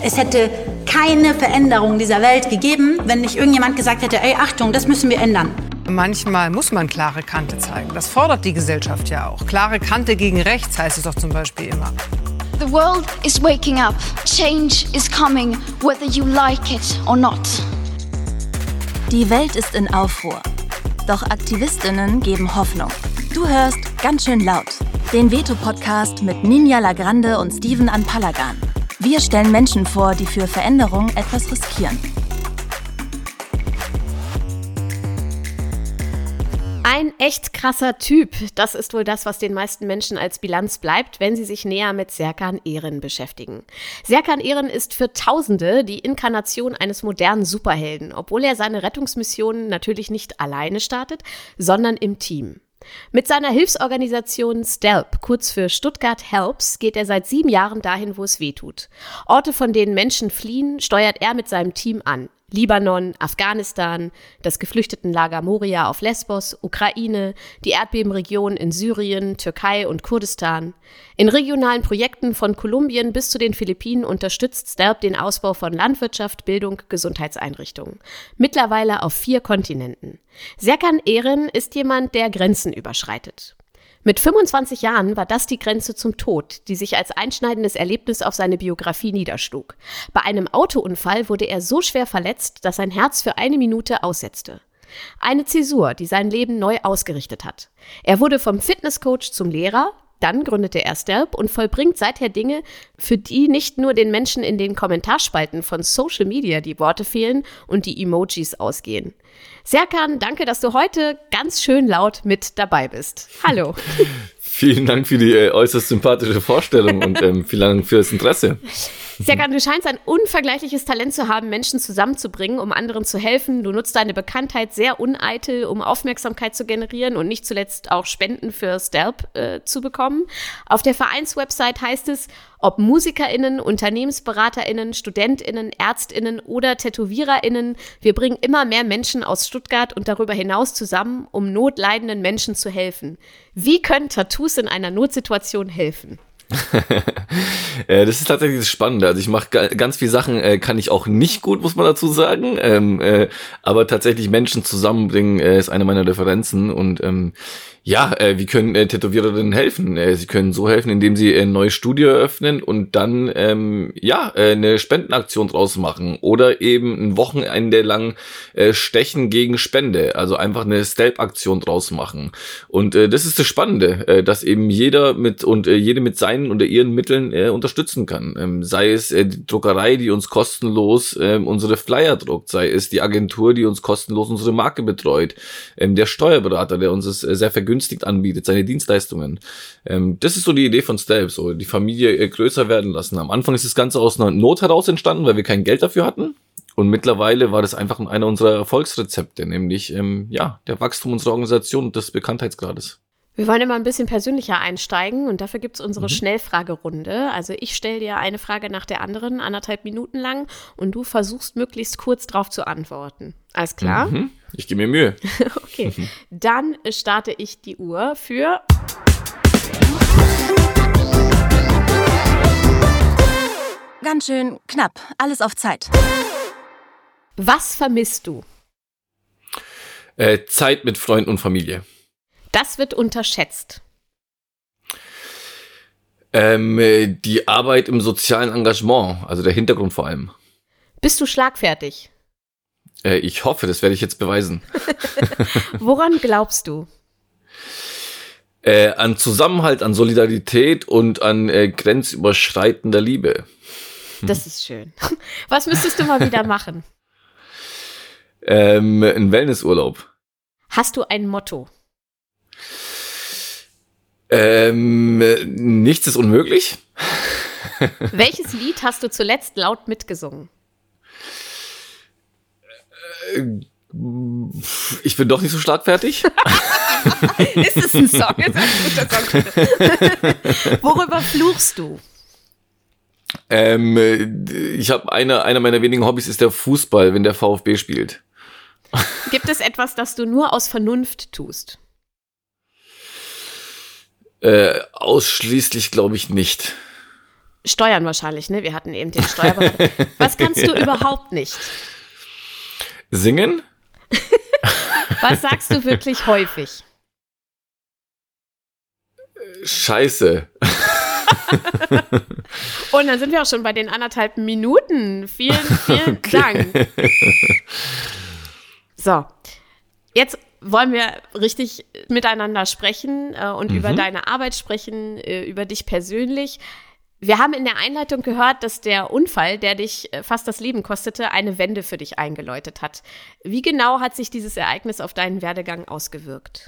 Es hätte keine Veränderung dieser Welt gegeben, wenn nicht irgendjemand gesagt hätte, ey, Achtung, das müssen wir ändern. Manchmal muss man klare Kante zeigen. Das fordert die Gesellschaft ja auch. Klare Kante gegen rechts heißt es doch zum Beispiel immer. The world is waking up. Change is coming, whether you like it or not. Die Welt ist in Aufruhr. Doch AktivistInnen geben Hoffnung. Du hörst Ganz schön laut. Den Veto-Podcast mit Ninja Lagrande und Steven Anpalagan. Wir stellen Menschen vor, die für Veränderung etwas riskieren. Ein echt krasser Typ. Das ist wohl das, was den meisten Menschen als Bilanz bleibt, wenn sie sich näher mit Serkan Erin beschäftigen. Serkan Erin ist für Tausende die Inkarnation eines modernen Superhelden, obwohl er seine Rettungsmissionen natürlich nicht alleine startet, sondern im Team. Mit seiner Hilfsorganisation STELP, kurz für Stuttgart Helps, geht er seit 7 Jahren dahin, wo es weh tut. Orte, von denen Menschen fliehen, steuert er mit seinem Team an. Libanon, Afghanistan, das Geflüchtetenlager Moria auf Lesbos, Ukraine, die Erdbebenregionen in Syrien, Türkei und Kurdistan. In regionalen Projekten von Kolumbien bis zu den Philippinen unterstützt STELP den Ausbau von Landwirtschaft, Bildung, Gesundheitseinrichtungen. Mittlerweile auf 4 Kontinenten. Serkan Erin ist jemand, der Grenzen überschreitet. Mit 25 Jahren war das die Grenze zum Tod, die sich als einschneidendes Erlebnis auf seine Biografie niederschlug. Bei einem Autounfall wurde er so schwer verletzt, dass sein Herz für 1 Minute aussetzte. Eine Zäsur, die sein Leben neu ausgerichtet hat. Er wurde vom Fitnesscoach zum Lehrer, dann gründete er STELP und vollbringt seither Dinge, für die nicht nur den Menschen in den Kommentarspalten von Social Media die Worte fehlen und die Emojis ausgehen. Serkan, danke, dass du heute ganz schön laut mit dabei bist. Hallo. Vielen Dank für die äußerst sympathische Vorstellung und vielen Dank für das Interesse. Serkan, du scheinst ein unvergleichliches Talent zu haben, Menschen zusammenzubringen, um anderen zu helfen. Du nutzt deine Bekanntheit sehr uneitel, um Aufmerksamkeit zu generieren und nicht zuletzt auch Spenden für STELP zu bekommen. Auf der Vereinswebsite heißt es, ob MusikerInnen, UnternehmensberaterInnen, StudentInnen, ÄrztInnen oder TätowiererInnen, wir bringen immer mehr Menschen aus Stuttgart und darüber hinaus zusammen, um notleidenden Menschen zu helfen. Wie können Tattoos in einer Notsituation helfen? Das ist tatsächlich das Spannende. Also ich mache ganz viele Sachen, kann ich auch nicht gut, muss man dazu sagen. Aber tatsächlich Menschen zusammenbringen ist eine meiner Referenzen. Und wie können Tätowiererinnen helfen? Sie können so helfen, indem sie ein neues Studio eröffnen und dann eine Spendenaktion draus machen oder eben ein Wochenende lang stechen gegen Spende, also einfach eine STELP-Aktion draus machen. Und das ist das Spannende, dass eben jede mit seinen oder ihren Mitteln unterstützen kann. Sei es die Druckerei, die uns kostenlos unsere Flyer druckt, sei es die Agentur, die uns kostenlos unsere Marke betreut, der Steuerberater, der uns es sehr vergünstigt anbietet, seine Dienstleistungen. Das ist so die Idee von STELP, so die Familie größer werden lassen. Am Anfang ist das Ganze aus einer Not heraus entstanden, weil wir kein Geld dafür hatten. Und mittlerweile war das einfach einer unserer Erfolgsrezepte, nämlich der Wachstum unserer Organisation und des Bekanntheitsgrades. Wir wollen immer ein bisschen persönlicher einsteigen und dafür gibt es unsere Schnellfragerunde. Also ich stelle dir eine Frage nach der anderen, 1,5 Minuten lang und du versuchst möglichst kurz drauf zu antworten. Alles klar? Ich gebe mir Mühe. Okay, dann starte ich die Uhr für... Ganz schön knapp, alles auf Zeit. Was vermisst du? Zeit mit Freunden und Familie. Das wird unterschätzt. Die Arbeit im sozialen Engagement, also der Hintergrund vor allem. Bist du schlagfertig? Ich hoffe, das werde ich jetzt beweisen. Woran glaubst du? An Zusammenhalt, an Solidarität und an grenzüberschreitender Liebe. Das ist schön. Was müsstest du mal wieder machen? Ein Wellnessurlaub. Hast du ein Motto? Nichts ist unmöglich. Welches Lied hast du zuletzt laut mitgesungen? Ich bin doch nicht so schlagfertig. Ist es ein Song? Ist ein guter Song. Worüber fluchst du? Ich habe einer meiner wenigen Hobbys ist der Fußball, wenn der VfB spielt. Gibt es etwas, das du nur aus Vernunft tust? Ausschließlich glaube ich nicht. Steuern wahrscheinlich, ne? Wir hatten eben den Steuerberater. Was kannst du überhaupt nicht? Singen? Was sagst du wirklich häufig? Scheiße. Und dann sind wir auch schon bei den 1,5 Minuten. Vielen, vielen Dank. So, jetzt wollen wir richtig miteinander sprechen und über deine Arbeit sprechen, über dich persönlich. Wir haben in der Einleitung gehört, dass der Unfall, der dich fast das Leben kostete, eine Wende für dich eingeläutet hat. Wie genau hat sich dieses Ereignis auf deinen Werdegang ausgewirkt?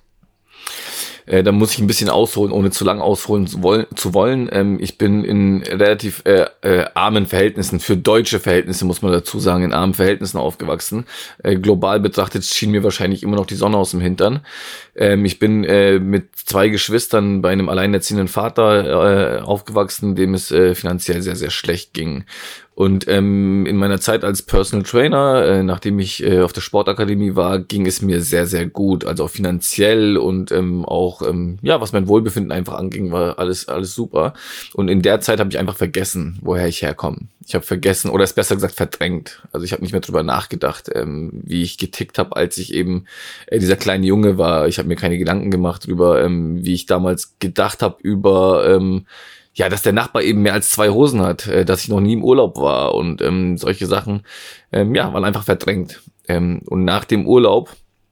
Da muss ich ein bisschen ausholen, ohne zu lang ausholen zu wollen. Ich bin in relativ armen Verhältnissen, für deutsche Verhältnisse muss man dazu sagen, in armen Verhältnissen aufgewachsen. Global betrachtet schien mir wahrscheinlich immer noch die Sonne aus dem Hintern. Ich bin mit 2 Geschwistern bei einem alleinerziehenden Vater aufgewachsen, dem es finanziell sehr, sehr schlecht ging. Und in meiner Zeit als Personal Trainer, nachdem ich auf der Sportakademie war, ging es mir sehr, sehr gut. Also auch finanziell und auch, was mein Wohlbefinden einfach anging, war alles super. Und in der Zeit habe ich einfach vergessen, woher ich herkomme. Ich habe vergessen, oder es besser gesagt verdrängt. Also ich habe nicht mehr drüber nachgedacht, wie ich getickt habe, als ich eben dieser kleine Junge war. Ich habe mir keine Gedanken gemacht drüber, wie ich damals gedacht habe über dass der Nachbar eben mehr als 2 Hosen hat, dass ich noch nie im Urlaub war und solche Sachen, waren einfach verdrängt. Und nach dem Urlaub,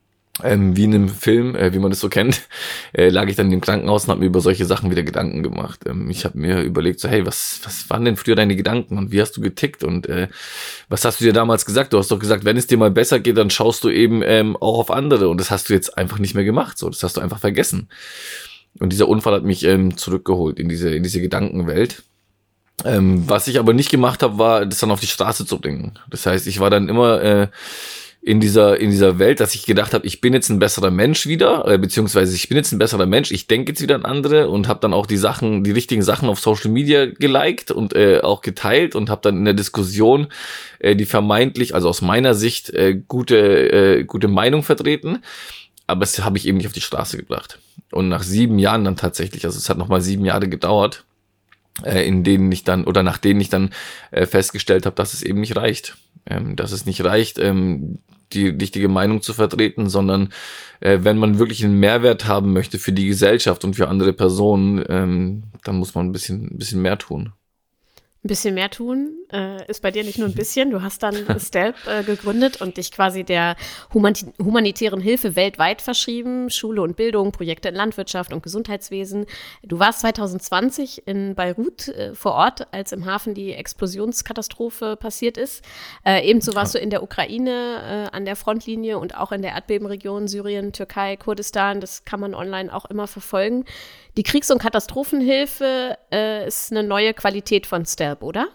wie in einem Film, wie man das so kennt, lag ich dann im Krankenhaus und habe mir über solche Sachen wieder Gedanken gemacht. Ich habe mir überlegt, so hey, was waren denn früher deine Gedanken und wie hast du getickt und was hast du dir damals gesagt? Du hast doch gesagt, wenn es dir mal besser geht, dann schaust du eben auch auf andere und das hast du jetzt einfach nicht mehr gemacht. So, das hast du einfach vergessen. Und dieser Unfall hat mich zurückgeholt in diese Gedankenwelt. Was ich aber nicht gemacht habe, war, das dann auf die Straße zu bringen. Das heißt, ich war dann immer in dieser Welt, dass ich gedacht habe, ich bin jetzt ein besserer Mensch wieder, beziehungsweise ich bin jetzt ein besserer Mensch, ich denke jetzt wieder an andere und habe dann auch die richtigen Sachen auf Social Media geliked und auch geteilt und habe dann in der Diskussion die vermeintlich, also aus meiner Sicht, gute Meinung vertreten. Aber das habe ich eben nicht auf die Straße gebracht. Und nach 7 Jahren dann tatsächlich, also es hat nochmal 7 Jahre gedauert, nachdem ich dann festgestellt habe, dass es eben nicht reicht. Dass es nicht reicht, die richtige Meinung zu vertreten, sondern wenn man wirklich einen Mehrwert haben möchte für die Gesellschaft und für andere Personen, dann muss man ein bisschen mehr tun. Ein bisschen mehr tun ist bei dir nicht nur ein bisschen. Du hast dann Stelp gegründet und dich quasi der humanitären Hilfe weltweit verschrieben. Schule und Bildung, Projekte in Landwirtschaft und Gesundheitswesen. Du warst 2020 in Beirut vor Ort, als im Hafen die Explosionskatastrophe passiert ist. Ebenso warst du in der Ukraine an der Frontlinie und auch in der Erdbebenregion Syrien, Türkei, Kurdistan. Das kann man online auch immer verfolgen. Die Kriegs- und Katastrophenhilfe ist eine neue Qualität von Stelp, oder?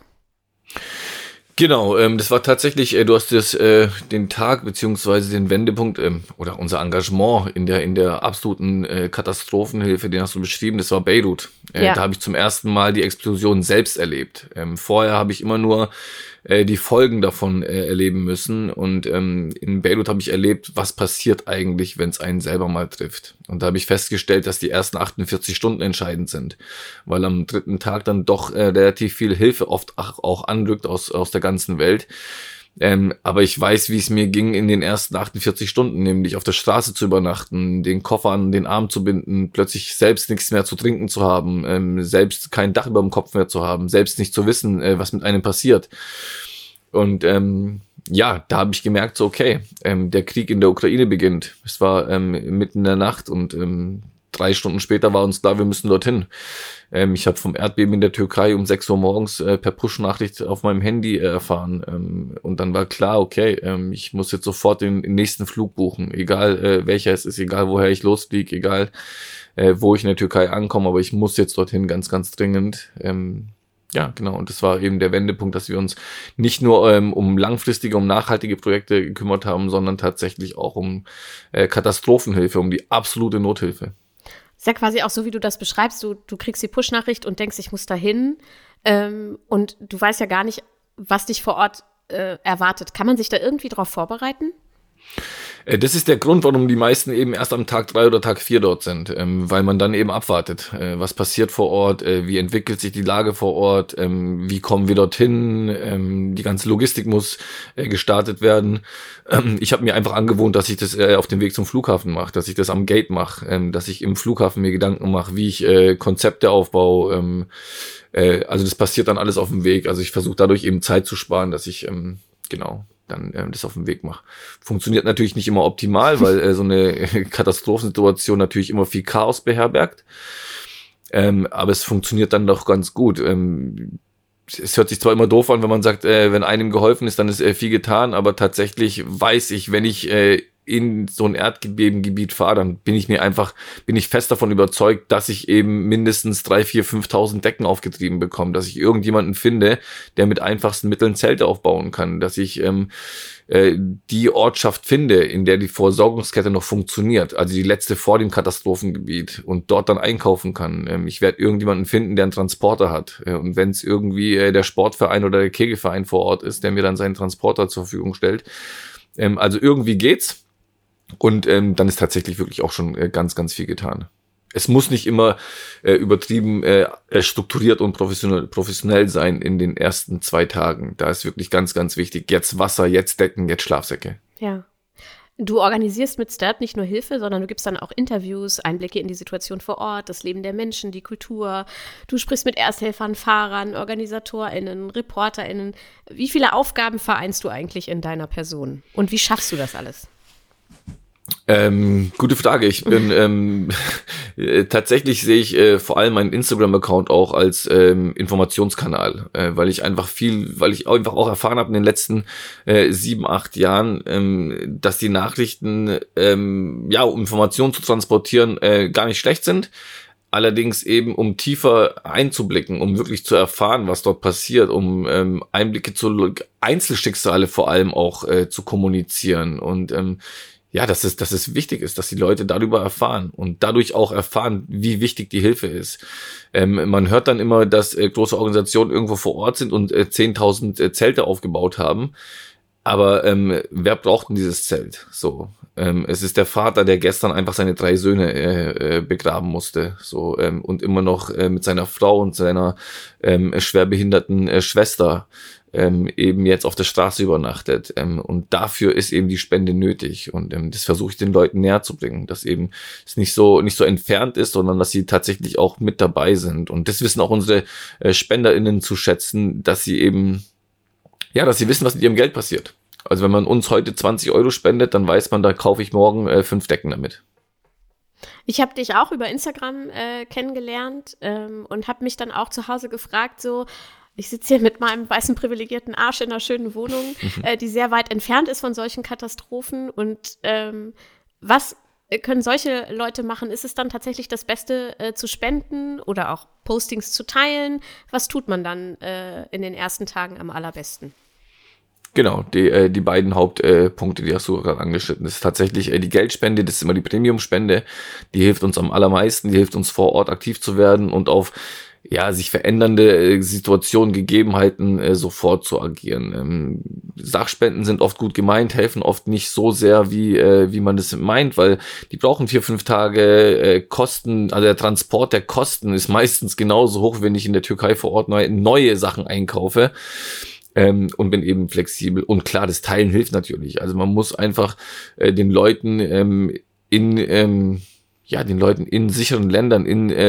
Genau, das war tatsächlich, du hast den Tag beziehungsweise den Wendepunkt oder unser Engagement in der absoluten Katastrophenhilfe, den hast du beschrieben, das war Beirut. Da habe ich zum ersten Mal die Explosion selbst erlebt. Vorher habe ich immer nur die Folgen davon erleben müssen und in Beirut habe ich erlebt, was passiert eigentlich, wenn es einen selber mal trifft. Und da habe ich festgestellt, dass die ersten 48 Stunden entscheidend sind, weil am 3. Tag dann doch relativ viel Hilfe oft auch anrückt aus der ganzen Welt. Aber ich weiß, wie es mir ging in den ersten 48 Stunden, nämlich auf der Straße zu übernachten, den Koffer an den Arm zu binden, plötzlich selbst nichts mehr zu trinken zu haben, selbst kein Dach über dem Kopf mehr zu haben, selbst nicht zu wissen, was mit einem passiert. Und da habe ich gemerkt, so okay, der Krieg in der Ukraine beginnt. Es war mitten in der Nacht und 3 Stunden später war uns klar, wir müssen dorthin. Ich habe vom Erdbeben in der Türkei um 6 Uhr morgens per Push-Nachricht auf meinem Handy erfahren. Und dann war klar, okay, ich muss jetzt sofort den nächsten Flug buchen. Egal welcher es ist, egal woher ich losfliege, egal wo ich in der Türkei ankomme, aber ich muss jetzt dorthin ganz, ganz dringend. Ja, genau. Und das war eben der Wendepunkt, dass wir uns nicht nur um langfristige, um nachhaltige Projekte gekümmert haben, sondern tatsächlich auch um Katastrophenhilfe, um die absolute Nothilfe. Ist ja quasi auch so, wie du das beschreibst. Du kriegst die Push-Nachricht und denkst, ich muss da hin. Und du weißt ja gar nicht, was dich vor Ort erwartet. Kann man sich da irgendwie drauf vorbereiten? Das ist der Grund, warum die meisten eben erst am Tag 3 oder Tag 4 dort sind, weil man dann eben abwartet. Was passiert vor Ort? Wie entwickelt sich die Lage vor Ort? Wie kommen wir dorthin? Die ganze Logistik muss gestartet werden. Ich habe mir einfach angewohnt, dass ich das auf dem Weg zum Flughafen mache, dass ich das am Gate mache, dass ich im Flughafen mir Gedanken mache, wie ich Konzepte aufbaue. Also das passiert dann alles auf dem Weg. Also ich versuche dadurch eben Zeit zu sparen, dass ich dann das auf dem Weg mache. Funktioniert natürlich nicht immer optimal, weil so eine Katastrophensituation natürlich immer viel Chaos beherbergt. Aber es funktioniert dann doch ganz gut. Es hört sich zwar immer doof an, wenn man sagt, wenn einem geholfen ist, dann ist viel getan, aber tatsächlich weiß ich, wenn ich in so ein Erdbebengebiet fahre, dann bin ich fest davon überzeugt, dass ich eben mindestens 3.000, 4.000, 5.000 Decken aufgetrieben bekomme, dass ich irgendjemanden finde, der mit einfachsten Mitteln Zelte aufbauen kann, dass ich die Ortschaft finde, in der die Versorgungskette noch funktioniert, also die letzte vor dem Katastrophengebiet, und dort dann einkaufen kann. Ich werde irgendjemanden finden, der einen Transporter hat, und wenn es irgendwie der Sportverein oder der Kegelverein vor Ort ist, der mir dann seinen Transporter zur Verfügung stellt. Also irgendwie geht's. Und dann ist tatsächlich wirklich auch schon ganz, ganz viel getan. Es muss nicht immer übertrieben strukturiert und professionell sein in den ersten 2 Tagen. Da ist wirklich ganz, ganz wichtig. Jetzt Wasser, jetzt Decken, jetzt Schlafsäcke. Ja. Du organisierst mit Sturt nicht nur Hilfe, sondern du gibst dann auch Interviews, Einblicke in die Situation vor Ort, das Leben der Menschen, die Kultur. Du sprichst mit Ersthelfern, Fahrern, OrganisatorInnen, ReporterInnen. Wie viele Aufgaben vereinst du eigentlich in deiner Person? Und wie schaffst du das alles? Gute Frage. Ich bin tatsächlich sehe ich vor allem meinen Instagram-Account auch als Informationskanal, weil ich einfach auch erfahren habe in den letzten 7, 8 Jahren, dass die Nachrichten, um Informationen zu transportieren, gar nicht schlecht sind. Allerdings eben, um tiefer einzublicken, um wirklich zu erfahren, was dort passiert, um Einblicke zu Einzelschicksale vor allem auch zu kommunizieren und dass es wichtig ist, dass die Leute darüber erfahren und dadurch auch erfahren, wie wichtig die Hilfe ist. Man hört dann immer, dass große Organisationen irgendwo vor Ort sind und 10.000 Zelte aufgebaut haben. Aber wer braucht denn dieses Zelt? So, es ist der Vater, der gestern einfach seine 3 Söhne begraben musste, so und immer noch mit seiner Frau und seiner schwerbehinderten Schwester eben jetzt auf der Straße übernachtet. Und dafür ist eben die Spende nötig. Und das versuche ich den Leuten näher zu bringen, dass eben es nicht so entfernt ist, sondern dass sie tatsächlich auch mit dabei sind. Und das wissen auch unsere SpenderInnen zu schätzen, dass sie eben, dass sie wissen, was mit ihrem Geld passiert. Also wenn man uns heute 20 € spendet, dann weiß man, da kaufe ich morgen 5 Decken damit. Ich habe dich auch über Instagram kennengelernt und habe mich dann auch zu Hause gefragt, so, ich sitze hier mit meinem weißen privilegierten Arsch in einer schönen Wohnung, die sehr weit entfernt ist von solchen Katastrophen. Und was können solche Leute machen? Ist es dann tatsächlich das Beste, zu spenden oder auch Postings zu teilen? Was tut man dann in den ersten Tagen am allerbesten? Genau, die beiden Hauptpunkte, die hast du gerade angeschnitten. Das ist tatsächlich die Geldspende, das ist immer die Premium-Spende. Die hilft uns am allermeisten, die hilft uns vor Ort aktiv zu werden und auf sich verändernde Situationen, Gegebenheiten sofort zu agieren. Sachspenden sind oft gut gemeint, helfen oft nicht so sehr, wie man das meint, weil die brauchen 4, 5 Tage Kosten, also der Transport der Kosten ist meistens genauso hoch, wenn ich in der Türkei vor Ort neue Sachen einkaufe. Und bin eben flexibel. Und klar, das Teilen hilft natürlich. Also man muss einfach den Leuten in sicheren Ländern,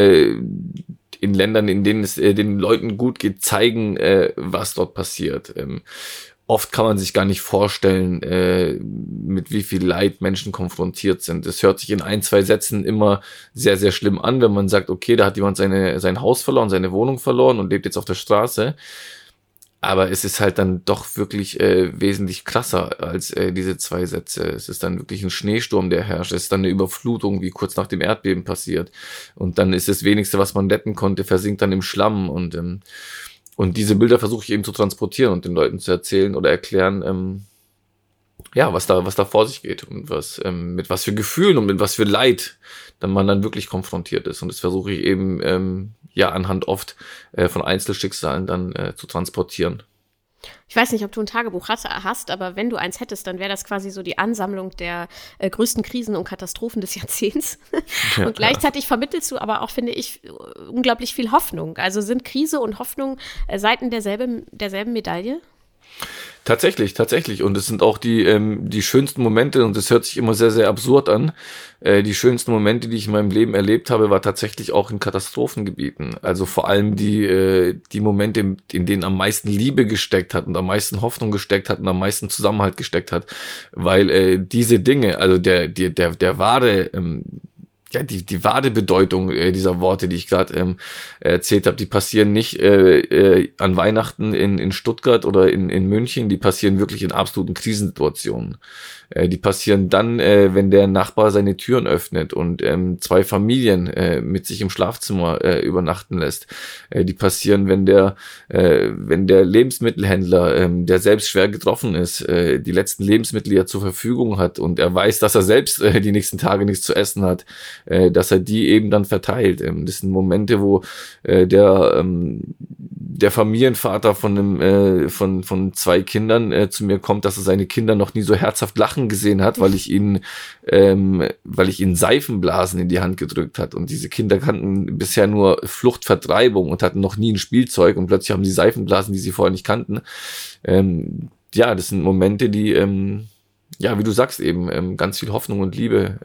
in Ländern, in denen es den Leuten gut geht, zeigen, was dort passiert. Oft kann man sich gar nicht vorstellen, mit wie viel Leid Menschen konfrontiert sind. Es hört sich in 1, 2 Sätzen immer sehr, sehr schlimm an, wenn man sagt, okay, da hat jemand sein Haus verloren, seine Wohnung verloren und lebt jetzt auf der Straße. Aber es ist halt dann doch wirklich wesentlich krasser als diese 2 Sätze. Es ist dann wirklich ein Schneesturm, der herrscht. Es ist dann eine Überflutung, wie kurz nach dem Erdbeben passiert. Und dann ist das Wenigste, was man retten konnte, versinkt dann im Schlamm. Und diese Bilder versuche ich eben zu transportieren und den Leuten zu erzählen oder erklären, was da vor sich geht und mit was für Gefühlen und mit was für Leid man dann wirklich konfrontiert ist. Und das versuche ich eben anhand oft von Einzelschicksalen dann zu transportieren. Ich weiß nicht, ob du ein Tagebuch hast, aber wenn du eins hättest, dann wäre das quasi so die Ansammlung der größten Krisen und Katastrophen des Jahrzehnts. Und gleichzeitig vermittelst du aber auch, finde ich, unglaublich viel Hoffnung. Also sind Krise und Hoffnung Seiten derselben Medaille? Tatsächlich. Und es sind auch die schönsten Momente, und das hört sich immer sehr, sehr absurd an. Die schönsten Momente, die ich in meinem Leben erlebt habe, war tatsächlich auch in Katastrophengebieten. Also vor allem die Momente, in denen am meisten Liebe gesteckt hat und am meisten Hoffnung gesteckt hat und am meisten Zusammenhalt gesteckt hat. Weil diese Dinge, also der wahre die wahre Bedeutung dieser Worte, die ich gerade erzählt habe, die passieren nicht an Weihnachten in Stuttgart oder in München, die passieren wirklich in absoluten Krisensituationen. Die passieren dann, wenn der Nachbar seine Türen öffnet und 2 Familien mit sich im Schlafzimmer übernachten lässt. Die passieren, wenn der Lebensmittelhändler, der selbst schwer getroffen ist, die letzten Lebensmittel, die er zur Verfügung hat und er weiß, dass er selbst die nächsten Tage nichts zu essen hat, dass er die eben dann verteilt. Das sind Momente, wo der Familienvater von 2 Kindern zu mir kommt, dass er seine Kinder noch nie so herzhaft lachen gesehen hat, weil ich ihnen Seifenblasen in die Hand gedrückt hat. Und diese Kinder kannten bisher nur Fluchtvertreibung und hatten noch nie ein Spielzeug und plötzlich haben sie Seifenblasen, die sie vorher nicht kannten. Das sind Momente, die, wie du sagst eben, ganz viel Hoffnung und Liebe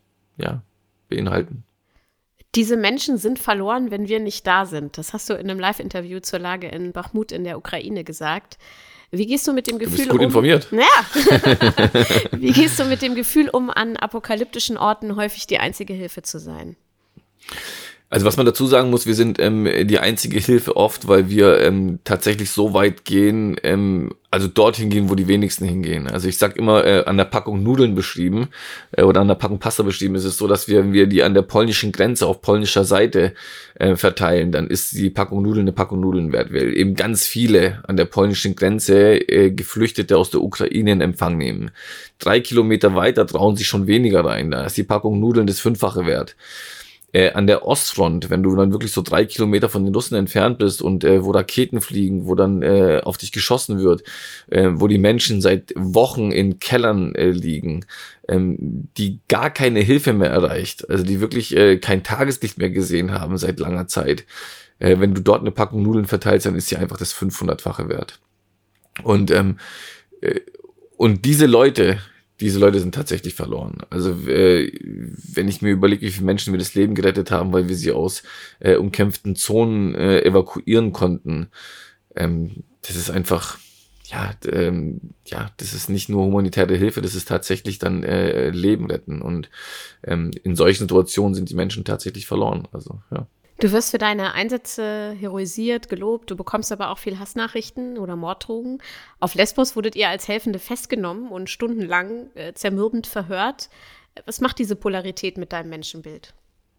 beinhalten. Diese Menschen sind verloren, wenn wir nicht da sind. Das hast du in einem Live-Interview zur Lage in Bachmut in der Ukraine gesagt. Wie gehst du mit dem Gefühl Du bist gut informiert. Ja. Wie gehst du mit dem Gefühl an apokalyptischen Orten häufig die einzige Hilfe zu sein? Also was man dazu sagen muss, wir sind die einzige Hilfe oft, weil wir tatsächlich so weit gehen, also dorthin gehen, wo die wenigsten hingehen. Also ich sag immer, an der Packung Nudeln beschrieben oder an der Packung Pasta beschrieben ist es so, dass wir die an der polnischen Grenze auf polnischer Seite verteilen. Dann ist die Packung Nudeln eine Packung Nudeln wert, weil eben ganz viele an der polnischen Grenze Geflüchtete aus der Ukraine in Empfang nehmen. 3 Kilometer weiter trauen sich schon weniger rein. Da ist die Packung Nudeln das 5-fache wert. An der Ostfront, wenn du dann wirklich so 3 Kilometer von den Russen entfernt bist und wo Raketen fliegen, wo dann auf dich geschossen wird, wo die Menschen seit Wochen in Kellern liegen, die gar keine Hilfe mehr erreicht, also die wirklich kein Tageslicht mehr gesehen haben seit langer Zeit. Wenn du dort eine Packung Nudeln verteilst, dann ist sie einfach das 500-fache wert. Und diese Leute sind tatsächlich verloren. Also wenn ich mir überlege, wie viele Menschen wir das Leben gerettet haben, weil wir sie aus umkämpften Zonen evakuieren konnten, das ist einfach, das ist nicht nur humanitäre Hilfe, das ist tatsächlich dann Leben retten. Und in solchen Situationen sind die Menschen tatsächlich verloren. Also ja. Du wirst für deine Einsätze heroisiert, gelobt, du bekommst aber auch viel Hassnachrichten oder Morddrohungen. Auf Lesbos wurdet ihr als Helfende festgenommen und stundenlang zermürbend verhört. Was macht diese Polarität mit deinem Menschenbild?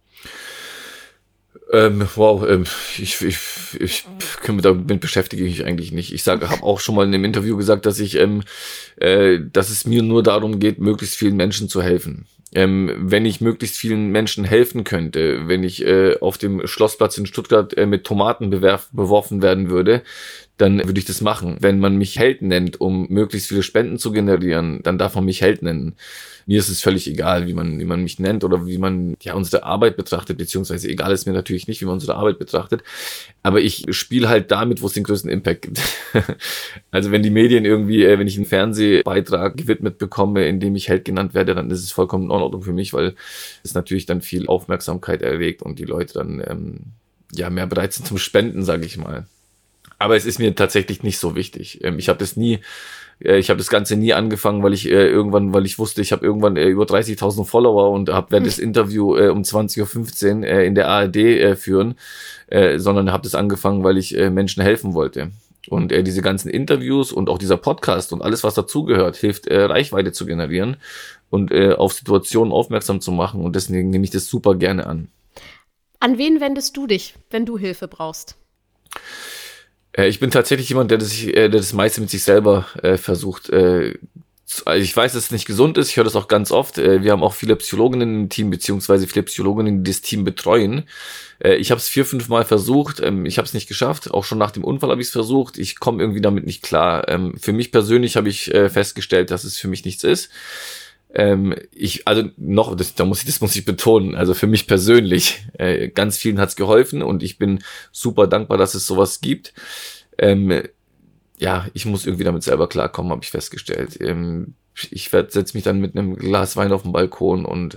Damit beschäftige ich mich eigentlich nicht. Ich habe auch schon mal in einem Interview gesagt, dass es mir nur darum geht, möglichst vielen Menschen zu helfen. Wenn ich möglichst vielen Menschen helfen könnte, wenn ich auf dem Schlossplatz in Stuttgart mit Tomaten beworfen werden würde, dann würde ich das machen. Wenn man mich Held nennt, um möglichst viele Spenden zu generieren, dann darf man mich Held nennen. Mir ist es völlig egal, wie man mich nennt oder wie man unsere Arbeit betrachtet, beziehungsweise egal ist mir natürlich nicht, wie man unsere Arbeit betrachtet. Aber ich spiele halt damit, wo es den größten Impact gibt. Also wenn die Medien irgendwie, wenn ich einen Fernsehbeitrag gewidmet bekomme, in dem ich Held genannt werde, dann ist es vollkommen in Ordnung für mich, weil es natürlich dann viel Aufmerksamkeit erregt und die Leute dann mehr bereit sind zum Spenden, sage ich mal. Aber es ist mir tatsächlich nicht so wichtig. Ich habe das Ganze nie angefangen, weil ich wusste, ich habe irgendwann über 30.000 Follower und habe während des Interview um 20.15 Uhr in der ARD führen, sondern habe das angefangen, weil ich Menschen helfen wollte. Und diese ganzen Interviews und auch dieser Podcast und alles, was dazugehört, hilft, Reichweite zu generieren und auf Situationen aufmerksam zu machen. Und deswegen nehme ich das super gerne an. An wen wendest du dich, wenn du Hilfe brauchst? Ich bin tatsächlich jemand, der das meiste mit sich selber versucht also ich weiß, dass es nicht gesund ist, ich höre das auch ganz oft. Wir haben auch viele Psychologinnen im Team, beziehungsweise viele Psychologinnen, die das Team betreuen. Ich habe es 4-5 Mal versucht, ich habe es nicht geschafft. Auch schon nach dem Unfall habe ich es versucht. Ich komme irgendwie damit nicht klar. Für mich persönlich habe ich festgestellt, dass es für mich nichts ist. Das muss ich betonen, also für mich persönlich, ganz vielen hat's geholfen und ich bin super dankbar, dass es sowas gibt. Ich muss irgendwie damit selber klarkommen, habe ich festgestellt. Ich setze mich dann mit einem Glas Wein auf den Balkon und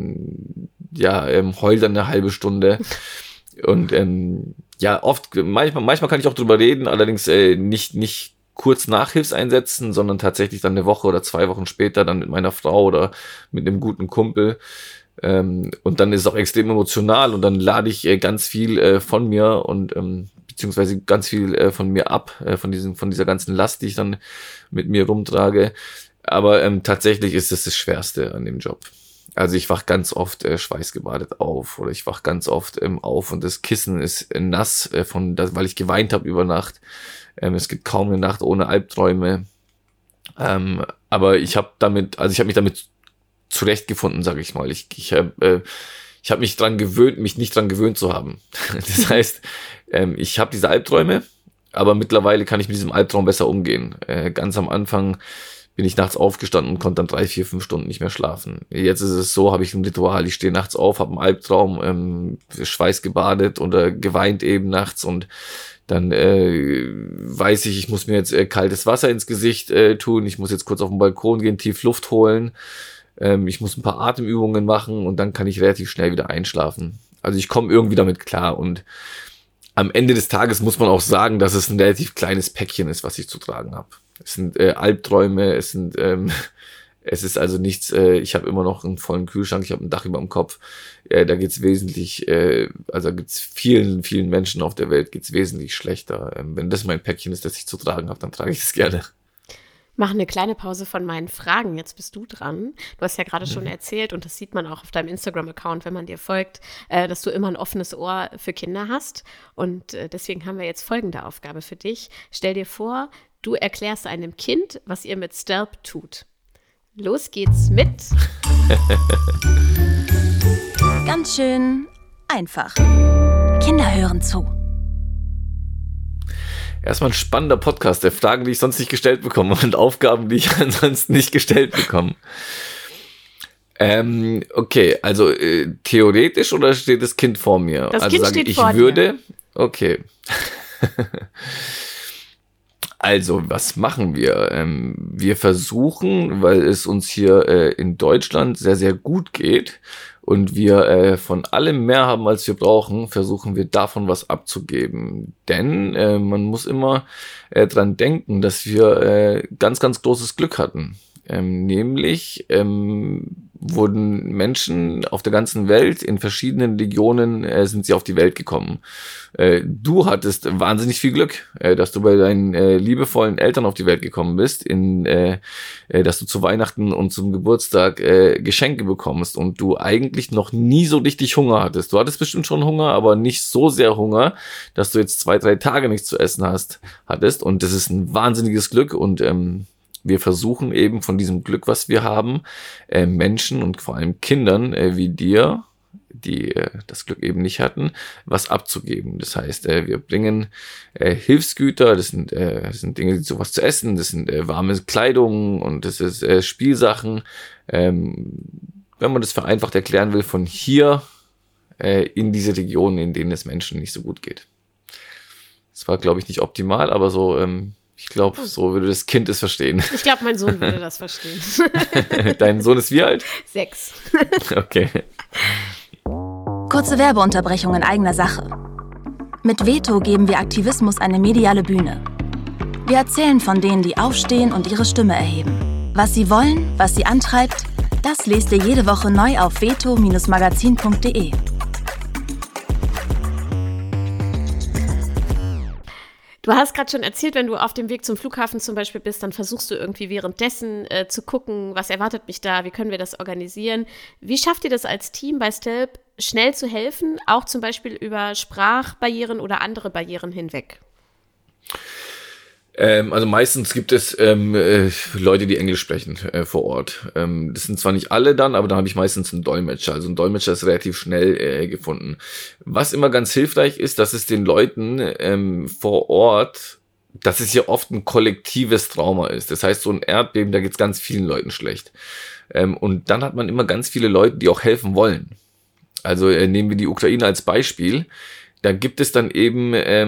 heul dann eine halbe Stunde. Und manchmal kann ich auch drüber reden, allerdings nicht kurz nach Hilfseinsätzen, sondern tatsächlich dann eine Woche oder 2 Wochen später dann mit meiner Frau oder mit einem guten Kumpel. Und dann ist es auch extrem emotional und dann lade ich ganz viel von mir und beziehungsweise ganz viel von mir ab, von dieser ganzen Last, die ich dann mit mir rumtrage. Aber tatsächlich ist es das Schwerste an dem Job. Also ich wach ganz oft schweißgebadet auf oder ich wach ganz oft auf und das Kissen ist nass, weil ich geweint habe über Nacht. Es gibt kaum eine Nacht ohne Albträume. Aber ich habe mich damit zurechtgefunden, sage ich mal. Ich habe mich dran gewöhnt, mich nicht dran gewöhnt zu haben. Das heißt, ich habe diese Albträume, aber mittlerweile kann ich mit diesem Albtraum besser umgehen. Ganz am Anfang bin ich nachts aufgestanden und konnte dann 3, 4, 5 Stunden nicht mehr schlafen. Jetzt ist es so, habe ich ein Ritual. Ich stehe nachts auf, habe einen Albtraum, schweißgebadet oder geweint eben nachts und dann weiß ich muss mir jetzt kaltes Wasser ins Gesicht tun, ich muss jetzt kurz auf den Balkon gehen, tief Luft holen, ich muss ein paar Atemübungen machen und dann kann ich relativ schnell wieder einschlafen. Also ich komme irgendwie damit klar und am Ende des Tages muss man auch sagen, dass es ein relativ kleines Päckchen ist, was ich zu tragen habe. Es sind Albträume, es ist also nichts, ich habe immer noch einen vollen Kühlschrank, ich habe ein Dach über dem Kopf. Da geht's wesentlich, gibt's vielen, vielen Menschen auf der Welt geht's wesentlich schlechter. Wenn das mein Päckchen ist, das ich zu tragen habe, dann trage ich das gerne. Mach eine kleine Pause von meinen Fragen. Jetzt bist du dran. Du hast ja gerade schon erzählt und das sieht man auch auf deinem Instagram-Account, wenn man dir folgt, dass du immer ein offenes Ohr für Kinder hast. Und deswegen haben wir jetzt folgende Aufgabe für dich. Stell dir vor, du erklärst einem Kind, was ihr mit Stelp tut. Los geht's mit Ganz schön einfach. Kinder hören zu. Erstmal ein spannender Podcast, der Fragen, die ich sonst nicht gestellt bekomme und Aufgaben, die ich ansonsten nicht gestellt bekomme. Okay, also theoretisch oder steht das Kind vor mir? Das also Kind sage steht ich vor würde. dir. Okay. Also, was machen wir? Wir versuchen, weil es uns hier in Deutschland sehr, sehr gut geht und wir von allem mehr haben, als wir brauchen, versuchen wir davon was abzugeben. Denn man muss immer dran denken, dass wir ganz, ganz großes Glück hatten. Nämlich wurden Menschen auf der ganzen Welt, in verschiedenen Regionen sind sie auf die Welt gekommen. Du hattest wahnsinnig viel Glück, dass du bei deinen liebevollen Eltern auf die Welt gekommen bist, dass du zu Weihnachten und zum Geburtstag Geschenke bekommst und du eigentlich noch nie so richtig Hunger hattest. Du hattest bestimmt schon Hunger, aber nicht so sehr Hunger, dass du jetzt 2, 3 Tage nichts zu essen hattest. Und das ist ein wahnsinniges Glück und wir versuchen eben von diesem Glück, was wir haben, Menschen und vor allem Kindern wie dir, die das Glück eben nicht hatten, was abzugeben. Das heißt, wir bringen Hilfsgüter, das sind Dinge, sowas zu essen, das sind warme Kleidung und das ist Spielsachen. Wenn man das vereinfacht erklären will, von hier in diese Regionen, in denen es Menschen nicht so gut geht. Das war, glaube ich, nicht optimal, aber so... Ich glaube, so würde das Kind es verstehen. Ich glaube, mein Sohn würde das verstehen. Dein Sohn ist wie alt? 6. Okay. Kurze Werbeunterbrechung in eigener Sache. Mit Veto geben wir Aktivismus eine mediale Bühne. Wir erzählen von denen, die aufstehen und ihre Stimme erheben. Was sie wollen, was sie antreibt, das lest ihr jede Woche neu auf veto-magazin.de. Du hast gerade schon erzählt, wenn du auf dem Weg zum Flughafen zum Beispiel bist, dann versuchst du irgendwie währenddessen zu gucken, was erwartet mich da, wie können wir das organisieren. Wie schafft ihr das als Team bei Stelp, schnell zu helfen, auch zum Beispiel über Sprachbarrieren oder andere Barrieren hinweg? Also meistens gibt es Leute, die Englisch sprechen vor Ort. Das sind zwar nicht alle dann, aber da habe ich meistens einen Dolmetscher. Also ein Dolmetscher ist relativ schnell gefunden. Was immer ganz hilfreich ist, dass es den Leuten vor Ort, dass es ja oft ein kollektives Trauma ist. Das heißt, so ein Erdbeben, da geht's ganz vielen Leuten schlecht. Und dann hat man immer ganz viele Leute, die auch helfen wollen. Also nehmen wir die Ukraine als Beispiel. Da gibt es dann eben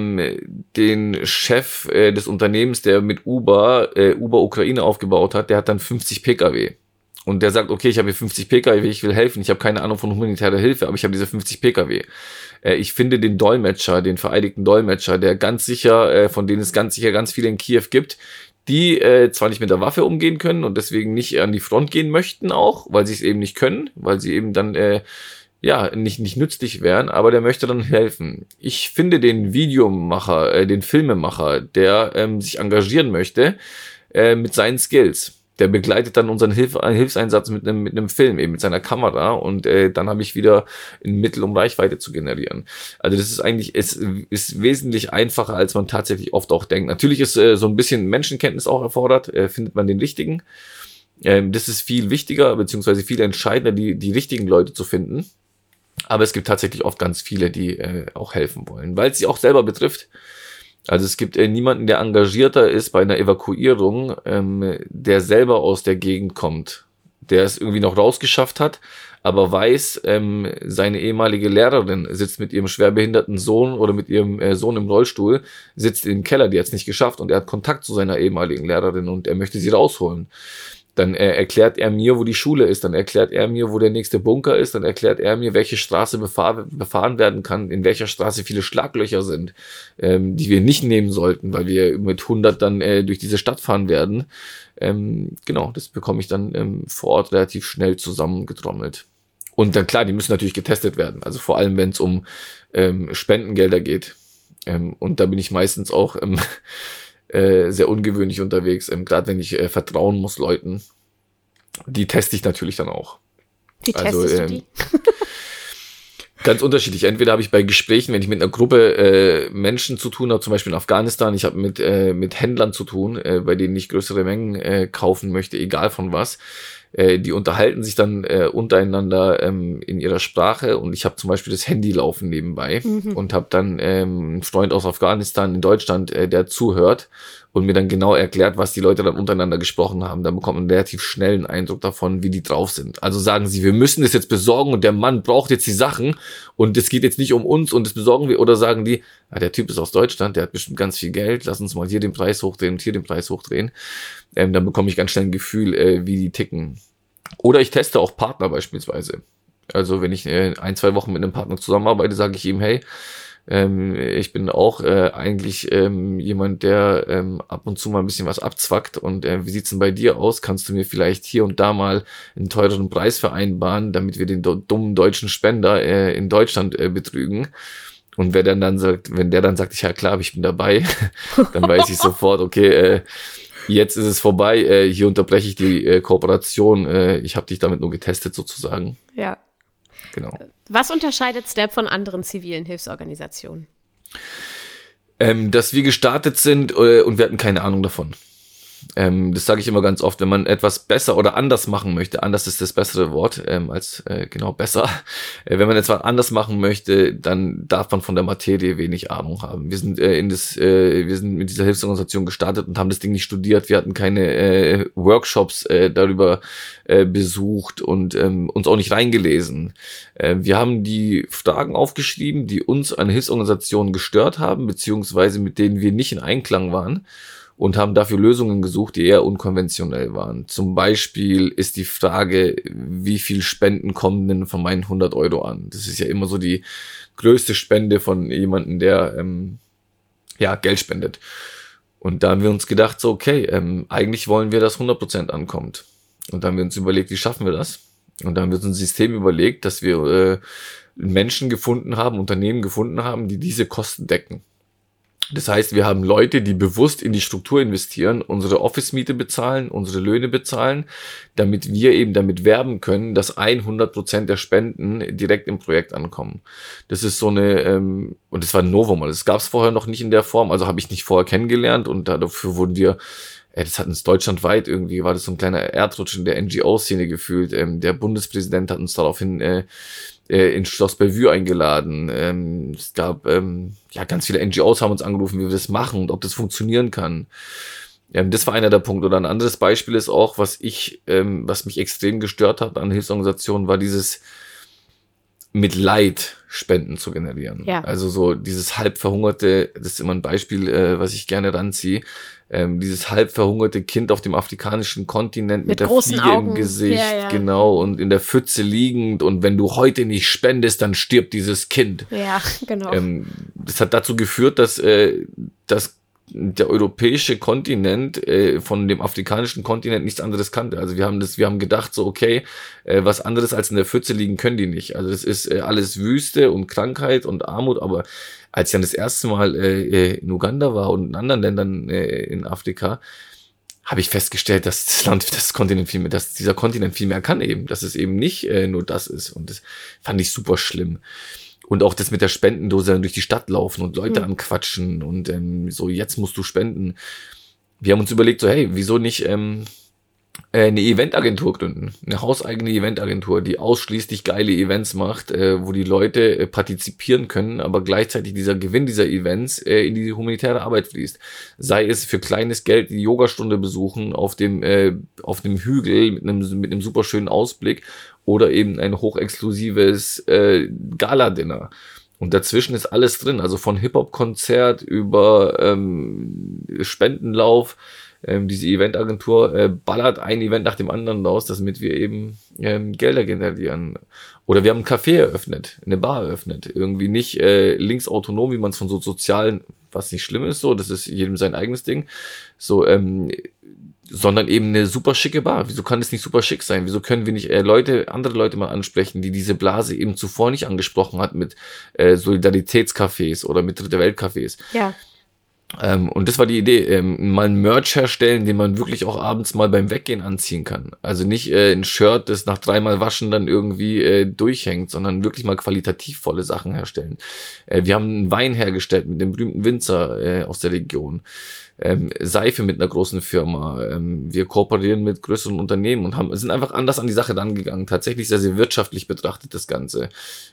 den Chef des Unternehmens, der mit Uber Ukraine aufgebaut hat, der hat dann 50 Pkw. Und der sagt, okay, ich habe hier 50 Pkw, ich will helfen, ich habe keine Ahnung von humanitärer Hilfe, aber ich habe diese 50 Pkw. Ich finde den Dolmetscher, den vereidigten Dolmetscher, der ganz sicher, von denen es ganz sicher ganz viele in Kiew gibt, die zwar nicht mit der Waffe umgehen können und deswegen nicht an die Front gehen möchten auch, weil sie es eben nicht können, weil sie eben dann nicht nützlich wären, aber der möchte dann helfen. Ich finde den Videomacher, den Filmemacher, der sich engagieren möchte mit seinen Skills. Der begleitet dann unseren Hilfseinsatz mit einem Film, eben mit seiner Kamera, und dann habe ich wieder ein Mittel, um Reichweite zu generieren. Also das ist eigentlich, es ist wesentlich einfacher, als man tatsächlich oft auch denkt. Natürlich ist so ein bisschen Menschenkenntnis auch erfordert, findet man den richtigen. Das ist viel wichtiger, beziehungsweise viel entscheidender, die richtigen Leute zu finden. Aber es gibt tatsächlich oft ganz viele, die auch helfen wollen, weil es sie auch selber betrifft. Also es gibt niemanden, der engagierter ist bei einer Evakuierung, der selber aus der Gegend kommt, der es irgendwie noch rausgeschafft hat, aber weiß, seine ehemalige Lehrerin sitzt mit ihrem schwerbehinderten Sohn oder mit ihrem Sohn im Rollstuhl, sitzt im Keller, die hat es nicht geschafft, und er hat Kontakt zu seiner ehemaligen Lehrerin und er möchte sie rausholen. Dann erklärt er mir, wo die Schule ist, dann erklärt er mir, wo der nächste Bunker ist, dann erklärt er mir, welche Straße befahren werden kann, in welcher Straße viele Schlaglöcher sind, die wir nicht nehmen sollten, weil wir mit 100 dann durch diese Stadt fahren werden. Genau, das bekomme ich dann vor Ort relativ schnell zusammengetrommelt. Und dann klar, die müssen natürlich getestet werden, also vor allem, wenn es um Spendengelder geht. Und da bin ich meistens auch sehr ungewöhnlich unterwegs, gerade wenn ich vertrauen muss Leuten, die teste ich natürlich dann auch. Wie testest du die? Ganz unterschiedlich. Entweder habe ich bei Gesprächen, wenn ich mit einer Gruppe Menschen zu tun habe, zum Beispiel in Afghanistan, ich habe mit Händlern zu tun, bei denen ich größere Mengen kaufen möchte, egal von was. Die unterhalten sich dann untereinander in ihrer Sprache, und ich habe zum Beispiel das Handy laufen nebenbei und habe dann einen Freund aus Afghanistan in Deutschland, der zuhört und mir dann genau erklärt, was die Leute dann untereinander gesprochen haben. Da bekommt man relativ schnell einen Eindruck davon, wie die drauf sind. Also sagen sie, wir müssen das jetzt besorgen und der Mann braucht jetzt die Sachen und es geht jetzt nicht um uns und das besorgen wir, oder sagen die, der Typ ist aus Deutschland, der hat bestimmt ganz viel Geld, lass uns mal hier den Preis hochdrehen und hier den Preis hochdrehen. Dann bekomme ich ganz schnell ein Gefühl, wie die ticken. Oder ich teste auch Partner beispielsweise. Also wenn ich 1-2 Wochen mit einem Partner zusammenarbeite, sage ich ihm, hey, ich bin auch eigentlich jemand, der ab und zu mal ein bisschen was abzwackt, und wie sieht's denn bei dir aus? Kannst du mir vielleicht hier und da mal einen teureren Preis vereinbaren, damit wir den dummen deutschen Spender in Deutschland betrügen? Und wenn der dann sagt, ja klar, ich bin dabei, dann weiß ich sofort, okay, jetzt ist es vorbei, hier unterbreche ich die Kooperation, ich habe dich damit nur getestet sozusagen. Ja. Genau. Was unterscheidet STEP von anderen zivilen Hilfsorganisationen? Dass wir gestartet sind und wir hatten keine Ahnung davon. Das sage ich immer ganz oft, wenn man etwas besser oder anders machen möchte, anders ist das bessere Wort als besser, wenn man etwas anders machen möchte, dann darf man von der Materie wenig Ahnung haben. Wir sind wir sind mit dieser Hilfsorganisation gestartet und haben das Ding nicht studiert, wir hatten keine Workshops darüber besucht und uns auch nicht reingelesen. Wir haben die Fragen aufgeschrieben, die uns an Hilfsorganisationen gestört haben, beziehungsweise mit denen wir nicht in Einklang waren, und haben dafür Lösungen gesucht, die eher unkonventionell waren. Zum Beispiel ist die Frage, wie viel Spenden kommen denn von meinen 100 Euro an? Das ist ja immer so die größte Spende von jemandem, der Geld spendet. Und da haben wir uns gedacht, so okay, eigentlich wollen wir, dass 100% ankommt. Und da haben wir uns überlegt, wie schaffen wir das? Und da haben wir uns ein System überlegt, dass wir Menschen gefunden haben, Unternehmen gefunden haben, die diese Kosten decken. Das heißt, wir haben Leute, die bewusst in die Struktur investieren, unsere Office-Miete bezahlen, unsere Löhne bezahlen, damit wir eben damit werben können, dass 100% der Spenden direkt im Projekt ankommen. Das ist so eine, und das war ein Novum, das gab es vorher noch nicht in der Form, also habe ich nicht vorher kennengelernt und dafür wurden wir, das hat uns deutschlandweit irgendwie, war das so ein kleiner Erdrutsch in der NGO-Szene gefühlt. Der Bundespräsident hat uns daraufhin in Schloss Bellevue eingeladen. Es gab ganz viele NGOs haben uns angerufen, wie wir das machen und ob das funktionieren kann. Das war einer der Punkte. Oder ein anderes Beispiel ist auch, was mich extrem gestört hat an Hilfsorganisationen, war dieses mit Leid Spenden zu generieren. Ja. Also so dieses halb verhungerte, das ist immer ein Beispiel, was ich gerne ranziehe, dieses halb verhungerte Kind auf dem afrikanischen Kontinent mit der Fliege Augen im Gesicht, genau, und in der Pfütze liegend, und wenn du heute nicht spendest, dann stirbt dieses Kind. Ja, genau. Das hat dazu geführt, dass der europäische Kontinent von dem afrikanischen Kontinent nichts anderes kannte. Also wir haben gedacht so, okay, was anderes als in der Pfütze liegen können die nicht. Also das ist alles Wüste und Krankheit und Armut, aber als ich dann das erste Mal in Uganda war und in anderen Ländern in Afrika, habe ich festgestellt, dass dieser Kontinent viel mehr kann eben, dass es eben nicht nur das ist, und das fand ich super schlimm. Und auch das mit der Spendendose dann durch die Stadt laufen und Leute anquatschen und so, jetzt musst du spenden. Wir haben uns überlegt, so, hey, wieso nicht eine Eventagentur gründen, eine hauseigene Eventagentur, die ausschließlich geile Events macht, wo die Leute partizipieren können, aber gleichzeitig dieser Gewinn dieser Events in die humanitäre Arbeit fließt. Sei es für kleines Geld die Yogastunde besuchen auf dem Hügel mit einem super schönen Ausblick oder eben ein hochexklusives Gala-Dinner. Und dazwischen ist alles drin, also von Hip-Hop-Konzert über Spendenlauf. Diese Eventagentur ballert ein Event nach dem anderen raus, damit wir eben Gelder generieren. Oder wir haben ein Café eröffnet, eine Bar eröffnet. Irgendwie nicht linksautonom, wie man es von so sozialen, was nicht schlimm ist, so, das ist jedem sein eigenes Ding, so, sondern eben eine super schicke Bar. Wieso kann es nicht super schick sein? Wieso können wir nicht andere Leute mal ansprechen, die diese Blase eben zuvor nicht angesprochen hat mit Solidaritätscafés oder mit Dritte Welt-Cafés? Ja. Und das war die Idee, mal ein Merch herstellen, den man wirklich auch abends mal beim Weggehen anziehen kann. Also nicht ein Shirt, das nach 3-mal Waschen dann irgendwie durchhängt, sondern wirklich mal qualitativ volle Sachen herstellen. Wir haben einen Wein hergestellt mit dem berühmten Winzer aus der Region. Seife mit einer großen Firma. Wir kooperieren mit größeren Unternehmen und sind einfach anders an die Sache rangegangen. Tatsächlich sehr, sehr wirtschaftlich betrachtet das Ganze.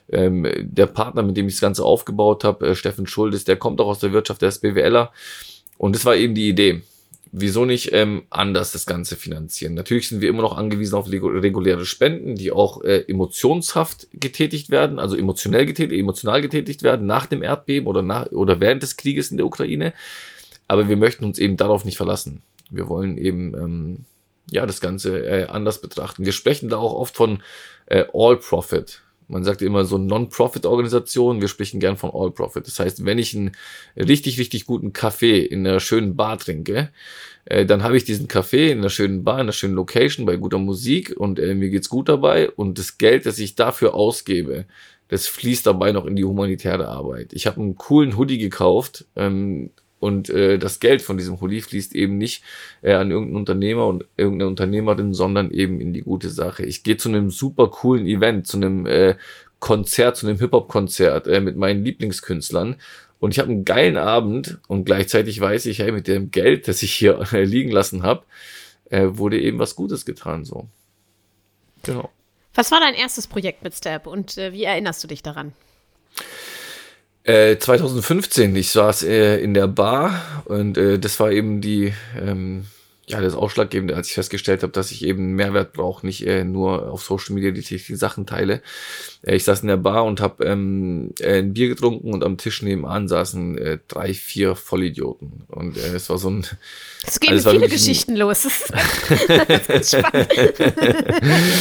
Der Partner, mit dem ich das Ganze aufgebaut habe, Steffen Schuldes, der kommt auch aus der Wirtschaft, der ist BWLer. Und das war eben die Idee. Wieso nicht anders das Ganze finanzieren? Natürlich sind wir immer noch angewiesen auf reguläre Spenden, die auch emotionshaft getätigt werden, also emotional getätigt werden nach dem Erdbeben oder während des Krieges in der Ukraine. Aber wir möchten uns eben darauf nicht verlassen. Wir wollen eben das Ganze anders betrachten. Wir sprechen da auch oft von All-Profit. Man sagt immer so Non-Profit-Organisation, wir sprechen gern von All-Profit. Das heißt, wenn ich einen richtig, richtig guten Kaffee in einer schönen Bar trinke, dann habe ich diesen Kaffee in einer schönen Bar, in einer schönen Location, bei guter Musik, und mir geht's gut dabei, und das Geld, das ich dafür ausgebe, das fließt dabei noch in die humanitäre Arbeit. Ich habe einen coolen Hoodie gekauft, und das Geld von diesem Hoodie fließt eben nicht an irgendeinen Unternehmer und irgendeine Unternehmerin, sondern eben in die gute Sache. Ich gehe zu einem super coolen Event, zu einem Konzert, zu einem Hip-Hop-Konzert mit meinen Lieblingskünstlern, und ich habe einen geilen Abend, und gleichzeitig weiß ich, hey, mit dem Geld, das ich hier liegen lassen habe, wurde eben was Gutes getan. So. Genau. Was war dein erstes Projekt mit Step und wie erinnerst du dich daran? 2015, ich saß in der Bar, und das war eben das Ausschlaggebende, als ich festgestellt habe, dass ich eben einen Mehrwert brauche, nicht nur auf Social Media die Sachen teile. Ich saß in der Bar und habe ein Bier getrunken, und am Tisch nebenan saßen 3-4 Vollidioten, und es war so ein... Es gehen viele Geschichten los. Das ist spannend.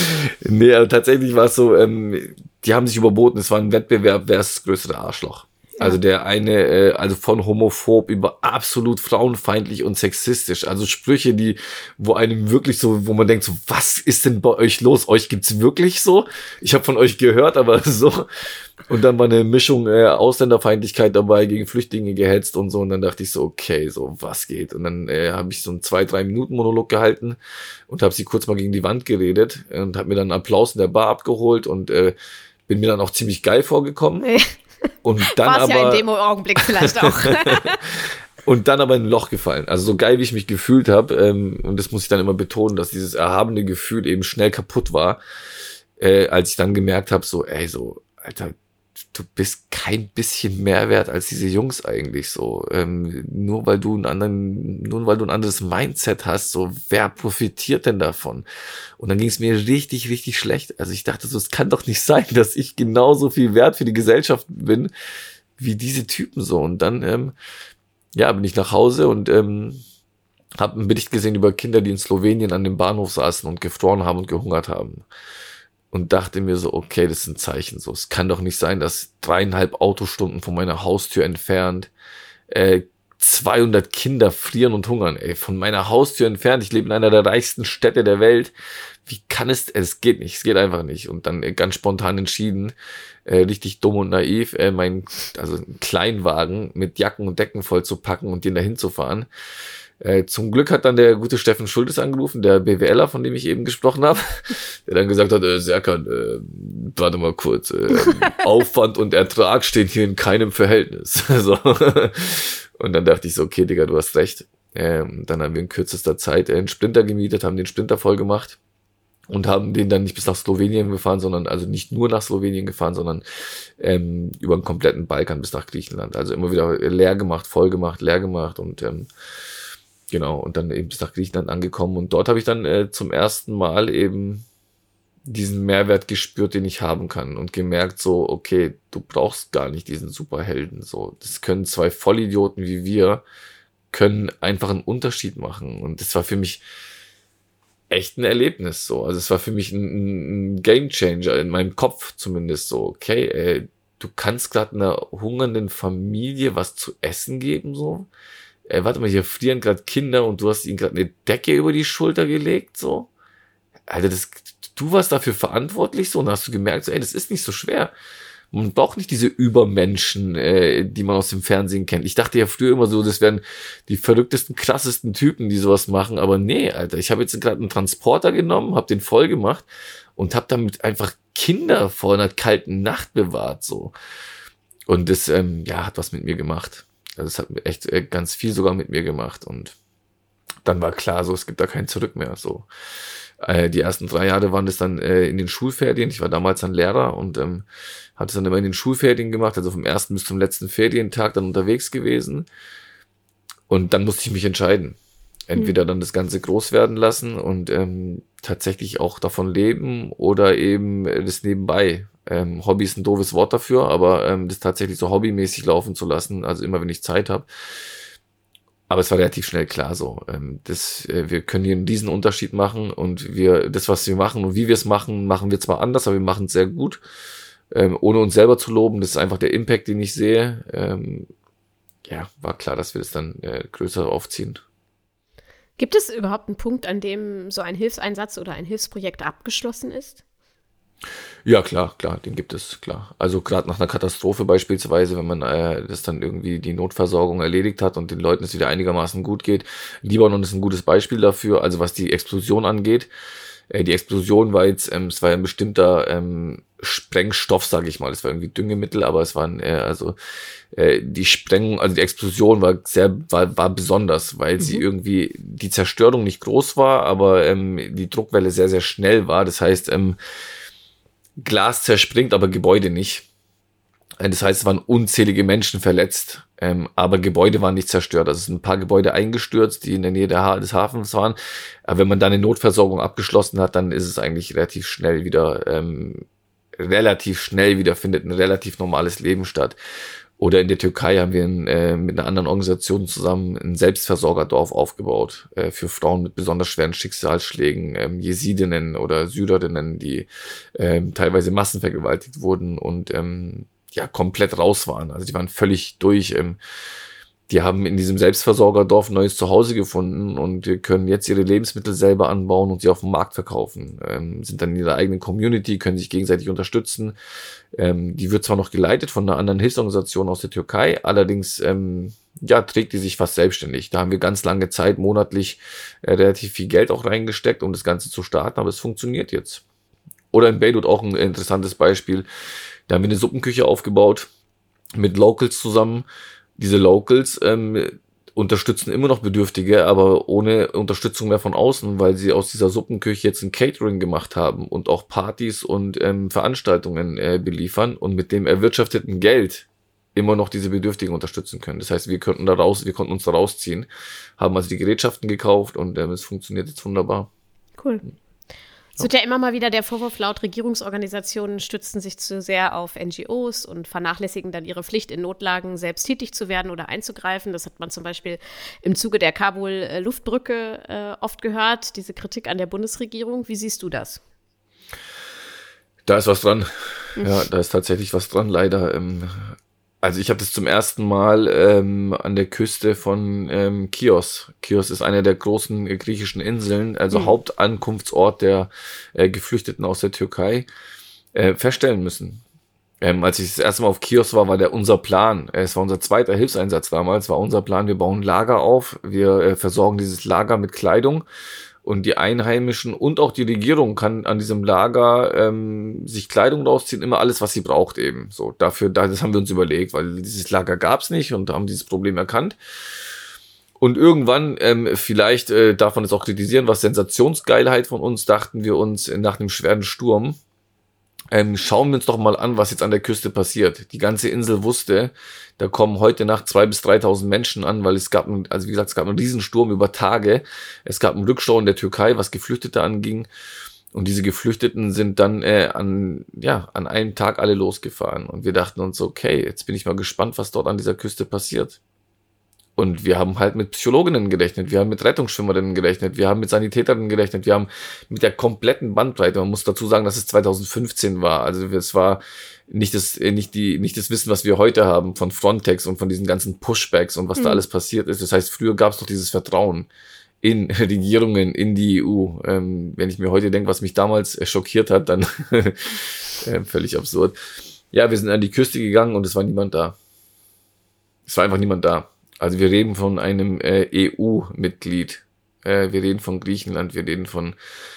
Nee, aber tatsächlich war es so, die haben sich überboten, es war ein Wettbewerb, wer ist das größere Arschloch. Also der eine, also von homophob über absolut frauenfeindlich und sexistisch. Also Sprüche, wo einem wirklich so, wo man denkt so, was ist denn bei euch los? Euch gibt's wirklich so? Ich habe von euch gehört, aber so. Und dann war eine Mischung Ausländerfeindlichkeit dabei, gegen Flüchtlinge gehetzt und so. Und dann dachte ich so, okay, so was geht? Und dann habe ich so einen 2-3 Minuten Monolog gehalten und habe sie kurz mal gegen die Wand geredet und habe mir dann einen Applaus in der Bar abgeholt und bin mir dann auch ziemlich geil vorgekommen. Und dann war's aber ja in dem Augenblick vielleicht auch. und dann aber in ein Loch gefallen. Also so geil, wie ich mich gefühlt habe, und das muss ich dann immer betonen, dass dieses erhabene Gefühl eben schnell kaputt war, als ich dann gemerkt habe, so, ey, so, Alter, du bist kein bisschen mehr wert als diese Jungs eigentlich so. Nur weil du ein anderes Mindset hast, so, wer profitiert denn davon? Und dann ging es mir richtig, richtig schlecht. Also ich dachte so, es kann doch nicht sein, dass ich genauso viel wert für die Gesellschaft bin, wie diese Typen so. Und dann, bin ich nach Hause und habe einen Bericht gesehen über Kinder, die in Slowenien an dem Bahnhof saßen und gefroren haben und gehungert haben. Und dachte mir so, okay, das ist ein Zeichen. So, es kann doch nicht sein, dass 3,5 Autostunden von meiner Haustür entfernt 200 Kinder frieren und hungern. Ey, von meiner Haustür entfernt. Ich lebe in einer der reichsten Städte der Welt. Wie kann es geht nicht. Es geht einfach nicht. Und dann ganz spontan entschieden, richtig dumm und naiv, einen Kleinwagen mit Jacken und Decken voll zu packen und den dahin zu fahren. Zum Glück hat dann der gute Steffen Schultes angerufen, der BWLer, von dem ich eben gesprochen habe, der dann gesagt hat, Serkan, warte mal kurz, Aufwand und Ertrag stehen hier in keinem Verhältnis. So. Und dann dachte ich so, okay, Digga, du hast recht. Dann haben wir in kürzester Zeit einen Sprinter gemietet, haben den Sprinter voll gemacht und haben den dann nicht bis nach Slowenien gefahren, sondern also nicht nur nach Slowenien gefahren, sondern über den kompletten Balkan bis nach Griechenland. Also immer wieder leer gemacht, voll gemacht, leer gemacht und genau, und dann eben bis nach Griechenland angekommen. Und dort habe ich dann zum ersten Mal eben diesen Mehrwert gespürt, den ich haben kann. Und gemerkt so, okay, du brauchst gar nicht diesen Superhelden. So, das können 2 Vollidioten wie wir, können einfach einen Unterschied machen. Und das war für mich echt ein Erlebnis. So, also es war für mich ein Gamechanger, in meinem Kopf zumindest so. Okay, du kannst gerade einer hungernden Familie was zu essen geben, so. Warte mal, hier frieren gerade Kinder und du hast ihnen gerade eine Decke über die Schulter gelegt, so. Alter, du warst dafür verantwortlich, so, und hast du gemerkt, so, ey, das ist nicht so schwer. Man braucht nicht diese Übermenschen, die man aus dem Fernsehen kennt. Ich dachte ja früher immer so, das wären die verrücktesten, krassesten Typen, die sowas machen, aber nee, Alter, ich habe jetzt gerade einen Transporter genommen, habe den voll gemacht und habe damit einfach Kinder vor einer kalten Nacht bewahrt, so. Und das, hat was mit mir gemacht. Also es hat echt ganz viel sogar mit mir gemacht und dann war klar, so, es gibt da kein Zurück mehr, so. Die ersten 3 Jahre waren das dann in den Schulferien. Ich war damals dann Lehrer und hatte es dann immer in den Schulferien gemacht, also vom ersten bis zum letzten Ferientag dann unterwegs gewesen. Und dann musste ich mich entscheiden. Entweder dann das Ganze groß werden lassen und tatsächlich auch davon leben oder eben das nebenbei. Hobby ist ein doofes Wort dafür, aber das tatsächlich so hobbymäßig laufen zu lassen, also immer wenn ich Zeit habe. Aber es war relativ schnell klar so, wir können hier diesen Unterschied machen und das, was wir machen und wie wir es machen, machen wir zwar anders, aber wir machen es sehr gut, ohne uns selber zu loben. Das ist einfach der Impact, den ich sehe. War klar, dass wir das dann größer aufziehen. Gibt es überhaupt einen Punkt, an dem so ein Hilfseinsatz oder ein Hilfsprojekt abgeschlossen ist? Ja, klar, den gibt es, klar. Also gerade nach einer Katastrophe beispielsweise, wenn man das dann irgendwie die Notversorgung erledigt hat und den Leuten es wieder einigermaßen gut geht. Libanon ist ein gutes Beispiel dafür, also was die Explosion angeht. Die Explosion war jetzt, es war ein bestimmter Sprengstoff, sage ich mal. Es war irgendwie Düngemittel, aber es waren die Sprengung, also die Explosion war besonders, weil sie irgendwie die Zerstörung nicht groß war, aber die Druckwelle sehr, sehr schnell war. Das heißt, Glas zerspringt, aber Gebäude nicht. Das heißt, es waren unzählige Menschen verletzt, aber Gebäude waren nicht zerstört. Also es sind ein paar Gebäude eingestürzt, die in der Nähe des Hafens waren. Aber wenn man dann eine Notversorgung abgeschlossen hat, dann ist es eigentlich relativ schnell wieder findet ein relativ normales Leben statt. Oder in der Türkei haben wir mit einer anderen Organisation zusammen ein Selbstversorgerdorf aufgebaut für Frauen mit besonders schweren Schicksalsschlägen, Jesidinnen oder Syrerinnen, die teilweise massenvergewaltigt wurden und ja komplett raus waren. Also die waren völlig durch. Die haben in diesem Selbstversorgerdorf ein neues Zuhause gefunden und können jetzt ihre Lebensmittel selber anbauen und sie auf dem Markt verkaufen. Sind dann in ihrer eigenen Community, können sich gegenseitig unterstützen. Die wird zwar noch geleitet von einer anderen Hilfsorganisation aus der Türkei, allerdings trägt die sich fast selbstständig. Da haben wir ganz lange Zeit, monatlich relativ viel Geld auch reingesteckt, um das Ganze zu starten, aber es funktioniert jetzt. Oder in Beirut auch ein interessantes Beispiel. Da haben wir eine Suppenküche aufgebaut mit Locals zusammen. Diese Locals unterstützen immer noch Bedürftige, aber ohne Unterstützung mehr von außen, weil sie aus dieser Suppenküche jetzt ein Catering gemacht haben und auch Partys und Veranstaltungen beliefern und mit dem erwirtschafteten Geld immer noch diese Bedürftigen unterstützen können. Das heißt, wir konnten uns da rausziehen, haben also die Gerätschaften gekauft und es funktioniert jetzt wunderbar. Cool. Es wird ja immer mal wieder der Vorwurf laut, Regierungsorganisationen stützen sich zu sehr auf NGOs und vernachlässigen dann ihre Pflicht, in Notlagen selbst tätig zu werden oder einzugreifen. Das hat man zum Beispiel im Zuge der Kabul-Luftbrücke oft gehört, diese Kritik an der Bundesregierung. Wie siehst du das? Da ist was dran. Ja, da ist tatsächlich was dran, leider. Also ich habe das zum ersten Mal an der Küste von Chios. Chios ist eine der großen griechischen Inseln, also Hauptankunftsort der Geflüchteten aus der Türkei, feststellen müssen. Als ich das erste Mal auf Chios war unser Plan. Es war unser zweiter Hilfseinsatz damals, war unser Plan, wir bauen ein Lager auf, wir versorgen dieses Lager mit Kleidung. Und die Einheimischen und auch die Regierung kann an diesem Lager sich Kleidung rausziehen, immer alles, was sie braucht eben. So, das haben wir uns überlegt, weil dieses Lager gab's nicht und haben dieses Problem erkannt. Und irgendwann, vielleicht darf man es auch kritisieren, was Sensationsgeilheit von uns, dachten wir uns nach einem schweren Sturm, schauen wir uns doch mal an, was jetzt an der Küste passiert. Die ganze Insel wusste, da kommen heute Nacht 2.000 bis 3.000 Menschen an, weil es gab einen Riesensturm über Tage. Es gab einen Rückstau in der Türkei, was Geflüchtete anging. Und diese Geflüchteten sind dann an einem Tag alle losgefahren. Und wir dachten uns, okay, jetzt bin ich mal gespannt, was dort an dieser Küste passiert. Und wir haben halt mit Psychologinnen gerechnet, wir haben mit Rettungsschwimmerinnen gerechnet, wir haben mit Sanitäterinnen gerechnet, wir haben mit der kompletten Bandbreite, man muss dazu sagen, dass es 2015 war, also es war nicht das Wissen, was wir heute haben von Frontex und von diesen ganzen Pushbacks und was da alles passiert ist. Das heißt, früher gab es doch dieses Vertrauen in Regierungen, in die EU. Wenn ich mir heute denke, was mich damals schockiert hat, dann völlig absurd. Ja, wir sind an die Küste gegangen und es war niemand da. Es war einfach niemand da. Also wir reden von einem EU-Mitglied, wir reden von Griechenland, wir reden von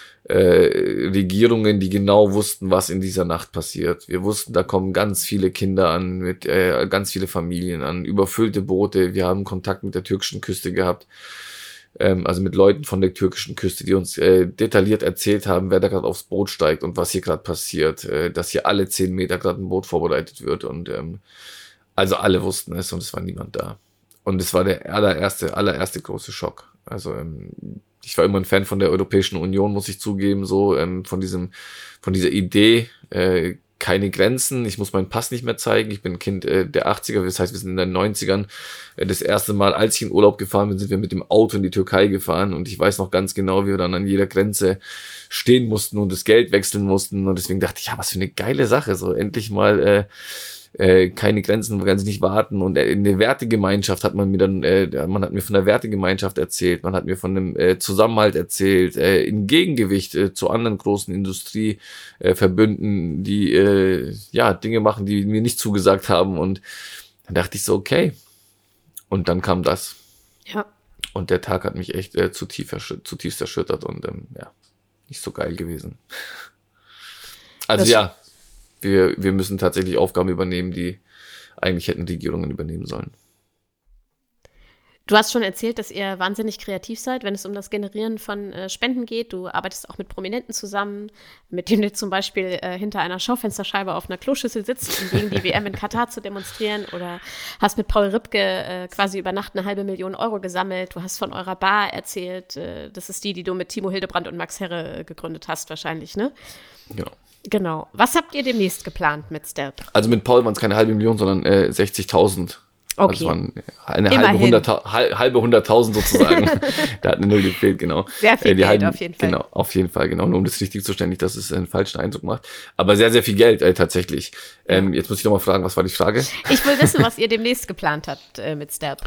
Regierungen, die genau wussten, was in dieser Nacht passiert. Wir wussten, da kommen ganz viele Kinder an, mit ganz viele Familien an, überfüllte Boote. Wir haben Kontakt mit der türkischen Küste gehabt, also mit Leuten von der türkischen Küste, die uns detailliert erzählt haben, wer da gerade aufs Boot steigt und was hier gerade passiert, dass hier alle 10 Meter gerade ein Boot vorbereitet wird und also alle wussten es und es war niemand da. Und es war der allererste große Schock. Also ich war immer ein Fan von der Europäischen Union, muss ich zugeben, so von dieser Idee, keine Grenzen, ich muss meinen Pass nicht mehr zeigen, ich bin ein Kind der 80er, das heißt, wir sind in den 90ern. Das erste Mal, als ich in Urlaub gefahren bin, sind wir mit dem Auto in die Türkei gefahren und ich weiß noch ganz genau, wie wir dann an jeder Grenze stehen mussten und das Geld wechseln mussten und deswegen dachte ich, ja, was für eine geile Sache, so endlich mal keine Grenzen, man kann sich nicht warten und eine Wertegemeinschaft hat man hat mir von der Wertegemeinschaft erzählt, man hat mir von einem Zusammenhalt erzählt, in Gegengewicht zu anderen großen Industrieverbünden, die Dinge machen, die mir nicht zugesagt haben und dann dachte ich so, okay, und dann kam das. Ja. Und der Tag hat mich echt zutiefst erschüttert und nicht so geil gewesen. Also wir müssen tatsächlich Aufgaben übernehmen, die eigentlich hätten Regierungen übernehmen sollen. Du hast schon erzählt, dass ihr wahnsinnig kreativ seid, wenn es um das Generieren von Spenden geht. Du arbeitest auch mit Prominenten zusammen, mit denen du zum Beispiel hinter einer Schaufensterscheibe auf einer Kloschüssel sitzt, um gegen die WM in Katar zu demonstrieren. Oder hast mit Paul Ripke quasi über Nacht 500.000 Euro gesammelt. Du hast von eurer Bar erzählt. Das ist die du mit Timo Hildebrand und Max Herre gegründet hast wahrscheinlich, ne? Ja. Genau. Was habt ihr demnächst geplant mit Stealth? Also mit Paul waren es keine 500.000, sondern 60.000. Okay. Also es waren halbe 100.000 sozusagen. Da hat eine Null gefehlt, genau. Sehr viel Geld auf jeden Fall. Genau, auf jeden Fall, genau. Nur um das richtig zu stellen, nicht, dass es einen falschen Eindruck macht. Aber sehr, sehr viel Geld tatsächlich. Jetzt muss ich nochmal fragen, was war die Frage? Ich will wissen, was ihr demnächst geplant habt mit Stab.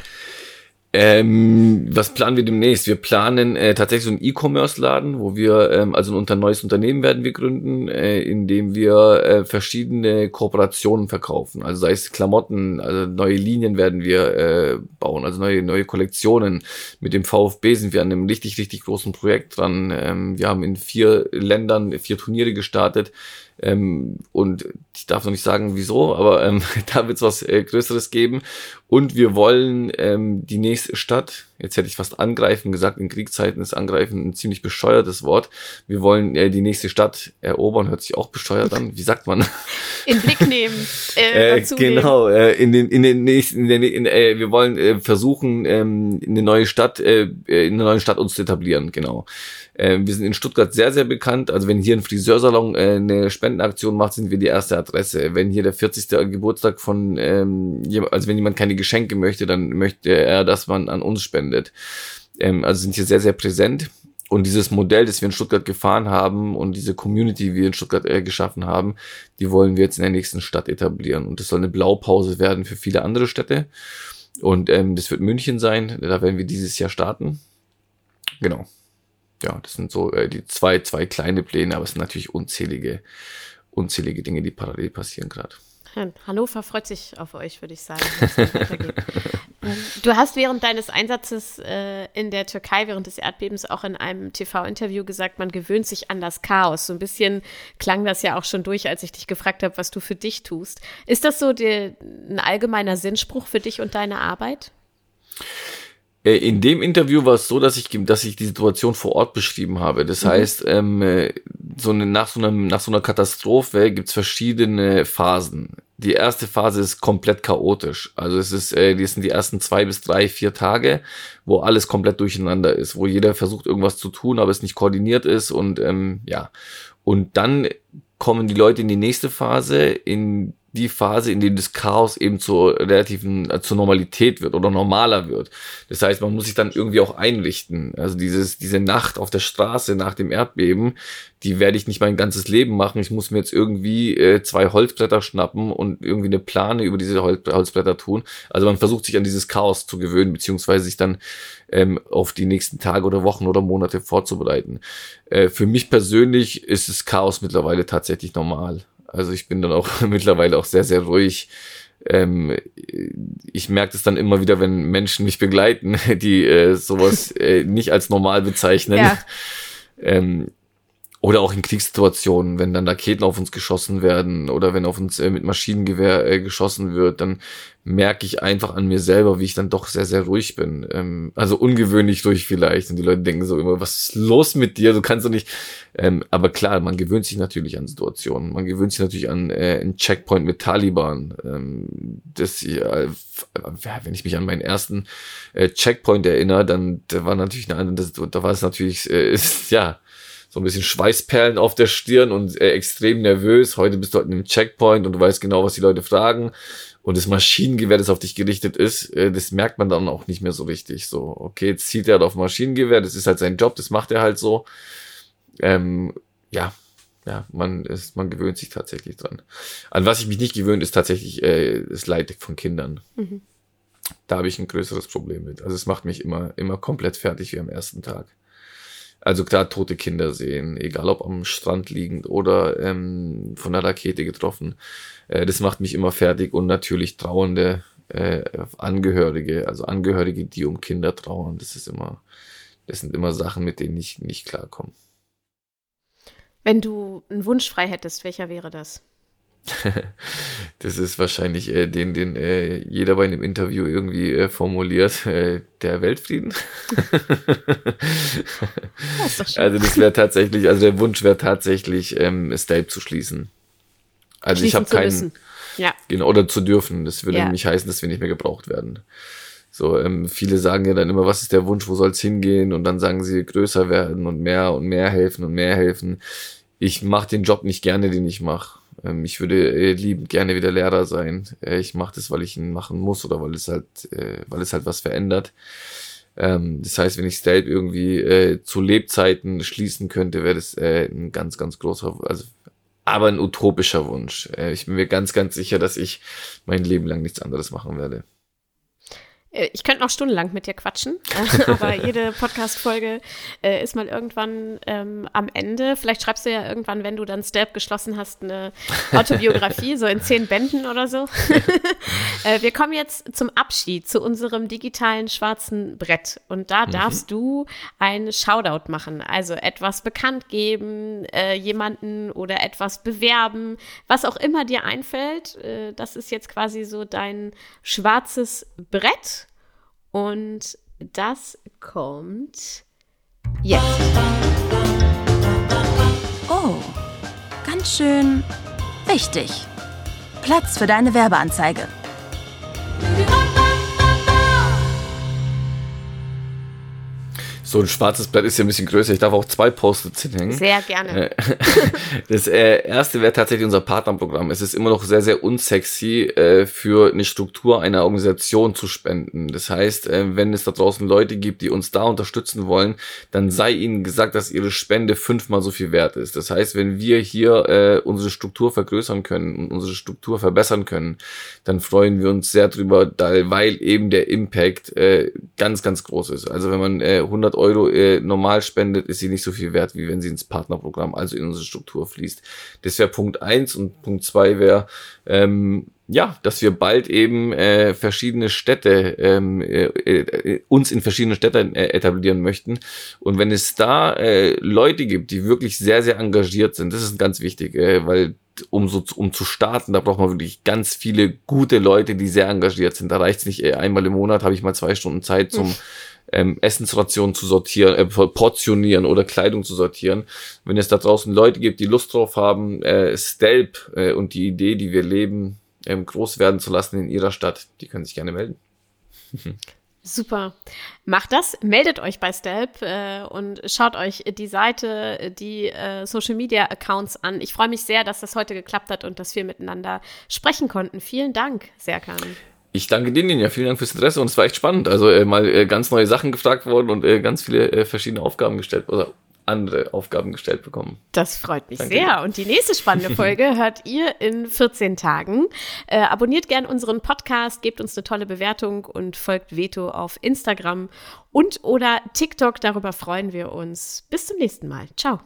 Was planen wir demnächst? Wir planen tatsächlich so einen E-Commerce-Laden, wo wir, also ein neues Unternehmen werden wir gründen, in dem wir verschiedene Kooperationen verkaufen. Also sei es Klamotten, also neue Linien werden wir bauen, also neue Kollektionen. Mit dem VfB sind wir an einem richtig, richtig großen Projekt dran. Wir haben in 4 Ländern 4 Turniere gestartet. Und ich darf noch nicht sagen, wieso, aber da wird es was Größeres geben. Und wir wollen die nächste Stadt, jetzt hätte ich fast angreifen gesagt, in Kriegszeiten ist angreifen ein ziemlich bescheuertes Wort. Wir wollen die nächste Stadt erobern, hört sich auch bescheuert an. Wie sagt man? In Blick nehmen. Genau, wir wollen versuchen, in eine neue Stadt uns zu etablieren, genau. Wir sind in Stuttgart sehr, sehr bekannt. Also wenn hier ein Friseursalon eine Spendenaktion macht, sind wir die erste Adresse. Wenn hier der 40. Geburtstag also wenn jemand keine Geschenke möchte, dann möchte er, dass man an uns spendet. Also sind hier sehr, sehr präsent. Und dieses Modell, das wir in Stuttgart gefahren haben und diese Community, die wir in Stuttgart geschaffen haben, die wollen wir jetzt in der nächsten Stadt etablieren. Und das soll eine Blaupause werden für viele andere Städte. Und das wird München sein. Da werden wir dieses Jahr starten. Genau. Ja, das sind so die zwei kleine Pläne, aber es sind natürlich unzählige Dinge, die parallel passieren gerade. Hannover freut sich auf euch, würde ich sagen. Du hast während deines Einsatzes in der Türkei, während des Erdbebens, auch in einem TV-Interview gesagt, man gewöhnt sich an das Chaos. So ein bisschen klang das ja auch schon durch, als ich dich gefragt habe, was du für dich tust. Ist das so ein allgemeiner Sinnspruch für dich und deine Arbeit? In dem Interview war es so, dass ich die Situation vor Ort beschrieben habe. Das heißt, nach so einer Katastrophe gibt's verschiedene Phasen. Die erste Phase ist komplett chaotisch. Also das sind die ersten 2 bis 3, 4 Tage, wo alles komplett durcheinander ist, wo jeder versucht irgendwas zu tun, aber es nicht koordiniert ist und Und dann kommen die Leute in die nächste Phase, in die Phase, in der das Chaos eben zur Normalität wird oder normaler wird. Das heißt, man muss sich dann irgendwie auch einrichten. Also diese Nacht auf der Straße nach dem Erdbeben, die werde ich nicht mein ganzes Leben machen. Ich muss mir jetzt irgendwie 2 Holzbretter schnappen und irgendwie eine Plane über diese Holzbretter tun. Also man versucht sich an dieses Chaos zu gewöhnen, beziehungsweise sich dann auf die nächsten Tage oder Wochen oder Monate vorzubereiten. Für mich persönlich ist das Chaos mittlerweile tatsächlich normal. Also ich bin dann auch mittlerweile auch sehr, sehr ruhig. Ich merke das dann immer wieder, wenn Menschen mich begleiten, die sowas nicht als normal bezeichnen. Ja. Oder auch in Kriegssituationen, wenn dann Raketen auf uns geschossen werden oder wenn auf uns mit Maschinengewehr geschossen wird, dann merke ich einfach an mir selber, wie ich dann doch sehr, sehr ruhig bin. Also ungewöhnlich ruhig vielleicht. Und die Leute denken so immer, was ist los mit dir? Du kannst doch nicht. Aber klar, man gewöhnt sich natürlich an Situationen. Man gewöhnt sich natürlich an einen Checkpoint mit Taliban. Wenn ich mich an meinen ersten Checkpoint erinnere, dann da war natürlich da war es natürlich, so ein bisschen Schweißperlen auf der Stirn und extrem nervös. Heute bist du halt in einem Checkpoint und du weißt genau, was die Leute fragen. Und das Maschinengewehr, das auf dich gerichtet ist, das merkt man dann auch nicht mehr so richtig. So, okay, jetzt zielt er halt auf Maschinengewehr, das ist halt sein Job, das macht er halt so. Man gewöhnt sich tatsächlich dran. An was ich mich nicht gewöhnt, ist tatsächlich das Leid von Kindern. Mhm. Da habe ich ein größeres Problem mit. Also es macht mich immer komplett fertig wie am ersten Tag. Also klar, tote Kinder sehen, egal ob am Strand liegend oder von einer Rakete getroffen. Das macht mich immer fertig und natürlich trauernde Angehörige, also Angehörige, die um Kinder trauern. Das sind immer Sachen, mit denen ich nicht klarkomme. Wenn du einen Wunsch frei hättest, welcher wäre das? Das ist wahrscheinlich den jeder bei einem Interview irgendwie formuliert, der Weltfrieden. Das ist doch schön. Also der Wunsch wäre tatsächlich, Stab zu schließen. Also ich habe keinen, genau, oder zu dürfen. Das würde nämlich heißen, dass wir nicht mehr gebraucht werden. So, viele sagen ja dann immer, was ist der Wunsch, wo soll es hingehen? Und dann sagen sie, größer werden und mehr helfen und mehr helfen. Ich mache den Job nicht gerne, den ich mache. Ich würde liebend gerne wieder Lehrer sein. Ich mache das, weil ich ihn machen muss oder weil es halt was verändert. Das heißt, wenn ich Stelp irgendwie zu Lebzeiten schließen könnte, wäre das ein ganz, ganz großer, aber ein utopischer Wunsch. Ich bin mir ganz, ganz sicher, dass ich mein Leben lang nichts anderes machen werde. Ich könnte noch stundenlang mit dir quatschen, aber jede Podcast-Folge ist mal irgendwann am Ende. Vielleicht schreibst du ja irgendwann, wenn du dann Stelp geschlossen hast, eine Autobiografie, so in 10 Bänden oder so. Wir kommen jetzt zum Abschied, zu unserem digitalen schwarzen Brett. Und da darfst du einen Shoutout machen, also etwas bekannt geben, jemanden oder etwas bewerben, was auch immer dir einfällt. Das ist jetzt quasi so dein schwarzes Brett. Und das kommt jetzt. Oh, ganz schön wichtig. Platz für deine Werbeanzeige. So ein schwarzes Blatt ist ja ein bisschen größer. Ich darf auch 2 Post-its hinhängen. Sehr gerne. Das erste wäre tatsächlich unser Partnerprogramm. Es ist immer noch sehr, sehr unsexy, für eine Struktur einer Organisation zu spenden. Das heißt, wenn es da draußen Leute gibt, die uns da unterstützen wollen, dann sei ihnen gesagt, dass ihre Spende 5-mal so viel wert ist. Das heißt, wenn wir hier unsere Struktur vergrößern können und unsere Struktur verbessern können, dann freuen wir uns sehr drüber, weil eben der Impact ganz, ganz groß ist. Also wenn man 100 Euro normal spendet, ist sie nicht so viel wert, wie wenn sie ins Partnerprogramm, also in unsere Struktur fließt. Das wäre Punkt 1 und Punkt 2 wäre, dass wir bald eben verschiedene Städte, uns in verschiedene Städte etablieren möchten. Und wenn es da Leute gibt, die wirklich sehr, sehr engagiert sind, das ist ganz wichtig, weil um zu starten, da braucht man wirklich ganz viele gute Leute, die sehr engagiert sind. Da reicht es nicht, einmal im Monat habe ich mal 2 Stunden Zeit zum Essensrationen zu sortieren, portionieren oder Kleidung zu sortieren. Wenn es da draußen Leute gibt, die Lust drauf haben, Stelp und die Idee, die wir leben, groß werden zu lassen in ihrer Stadt, die können sich gerne melden. Super. Macht das, meldet euch bei Stelp und schaut euch die Seite, die Social-Media-Accounts an. Ich freue mich sehr, dass das heute geklappt hat und dass wir miteinander sprechen konnten. Vielen Dank, Serkan. Ich danke dir, Ninja. Vielen Dank fürs Interesse und es war echt spannend. Also mal ganz neue Sachen gefragt worden und ganz viele verschiedene Aufgaben gestellt oder andere Aufgaben gestellt bekommen. Das freut mich Danke sehr. dir. Und die nächste spannende Folge hört ihr in 14 Tagen. Abonniert gern unseren Podcast, gebt uns eine tolle Bewertung und folgt Veto auf Instagram und oder TikTok. Darüber freuen wir uns. Bis zum nächsten Mal. Ciao.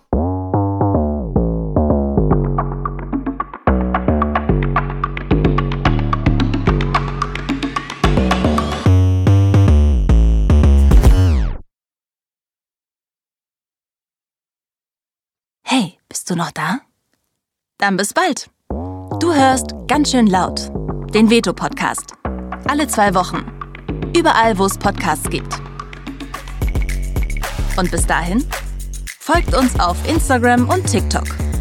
Hey, bist du noch da? Dann bis bald. Du hörst ganz schön laut. Den Veto-Podcast. Alle 2 Wochen. Überall, wo es Podcasts gibt. Und bis dahin, folgt uns auf Instagram und TikTok.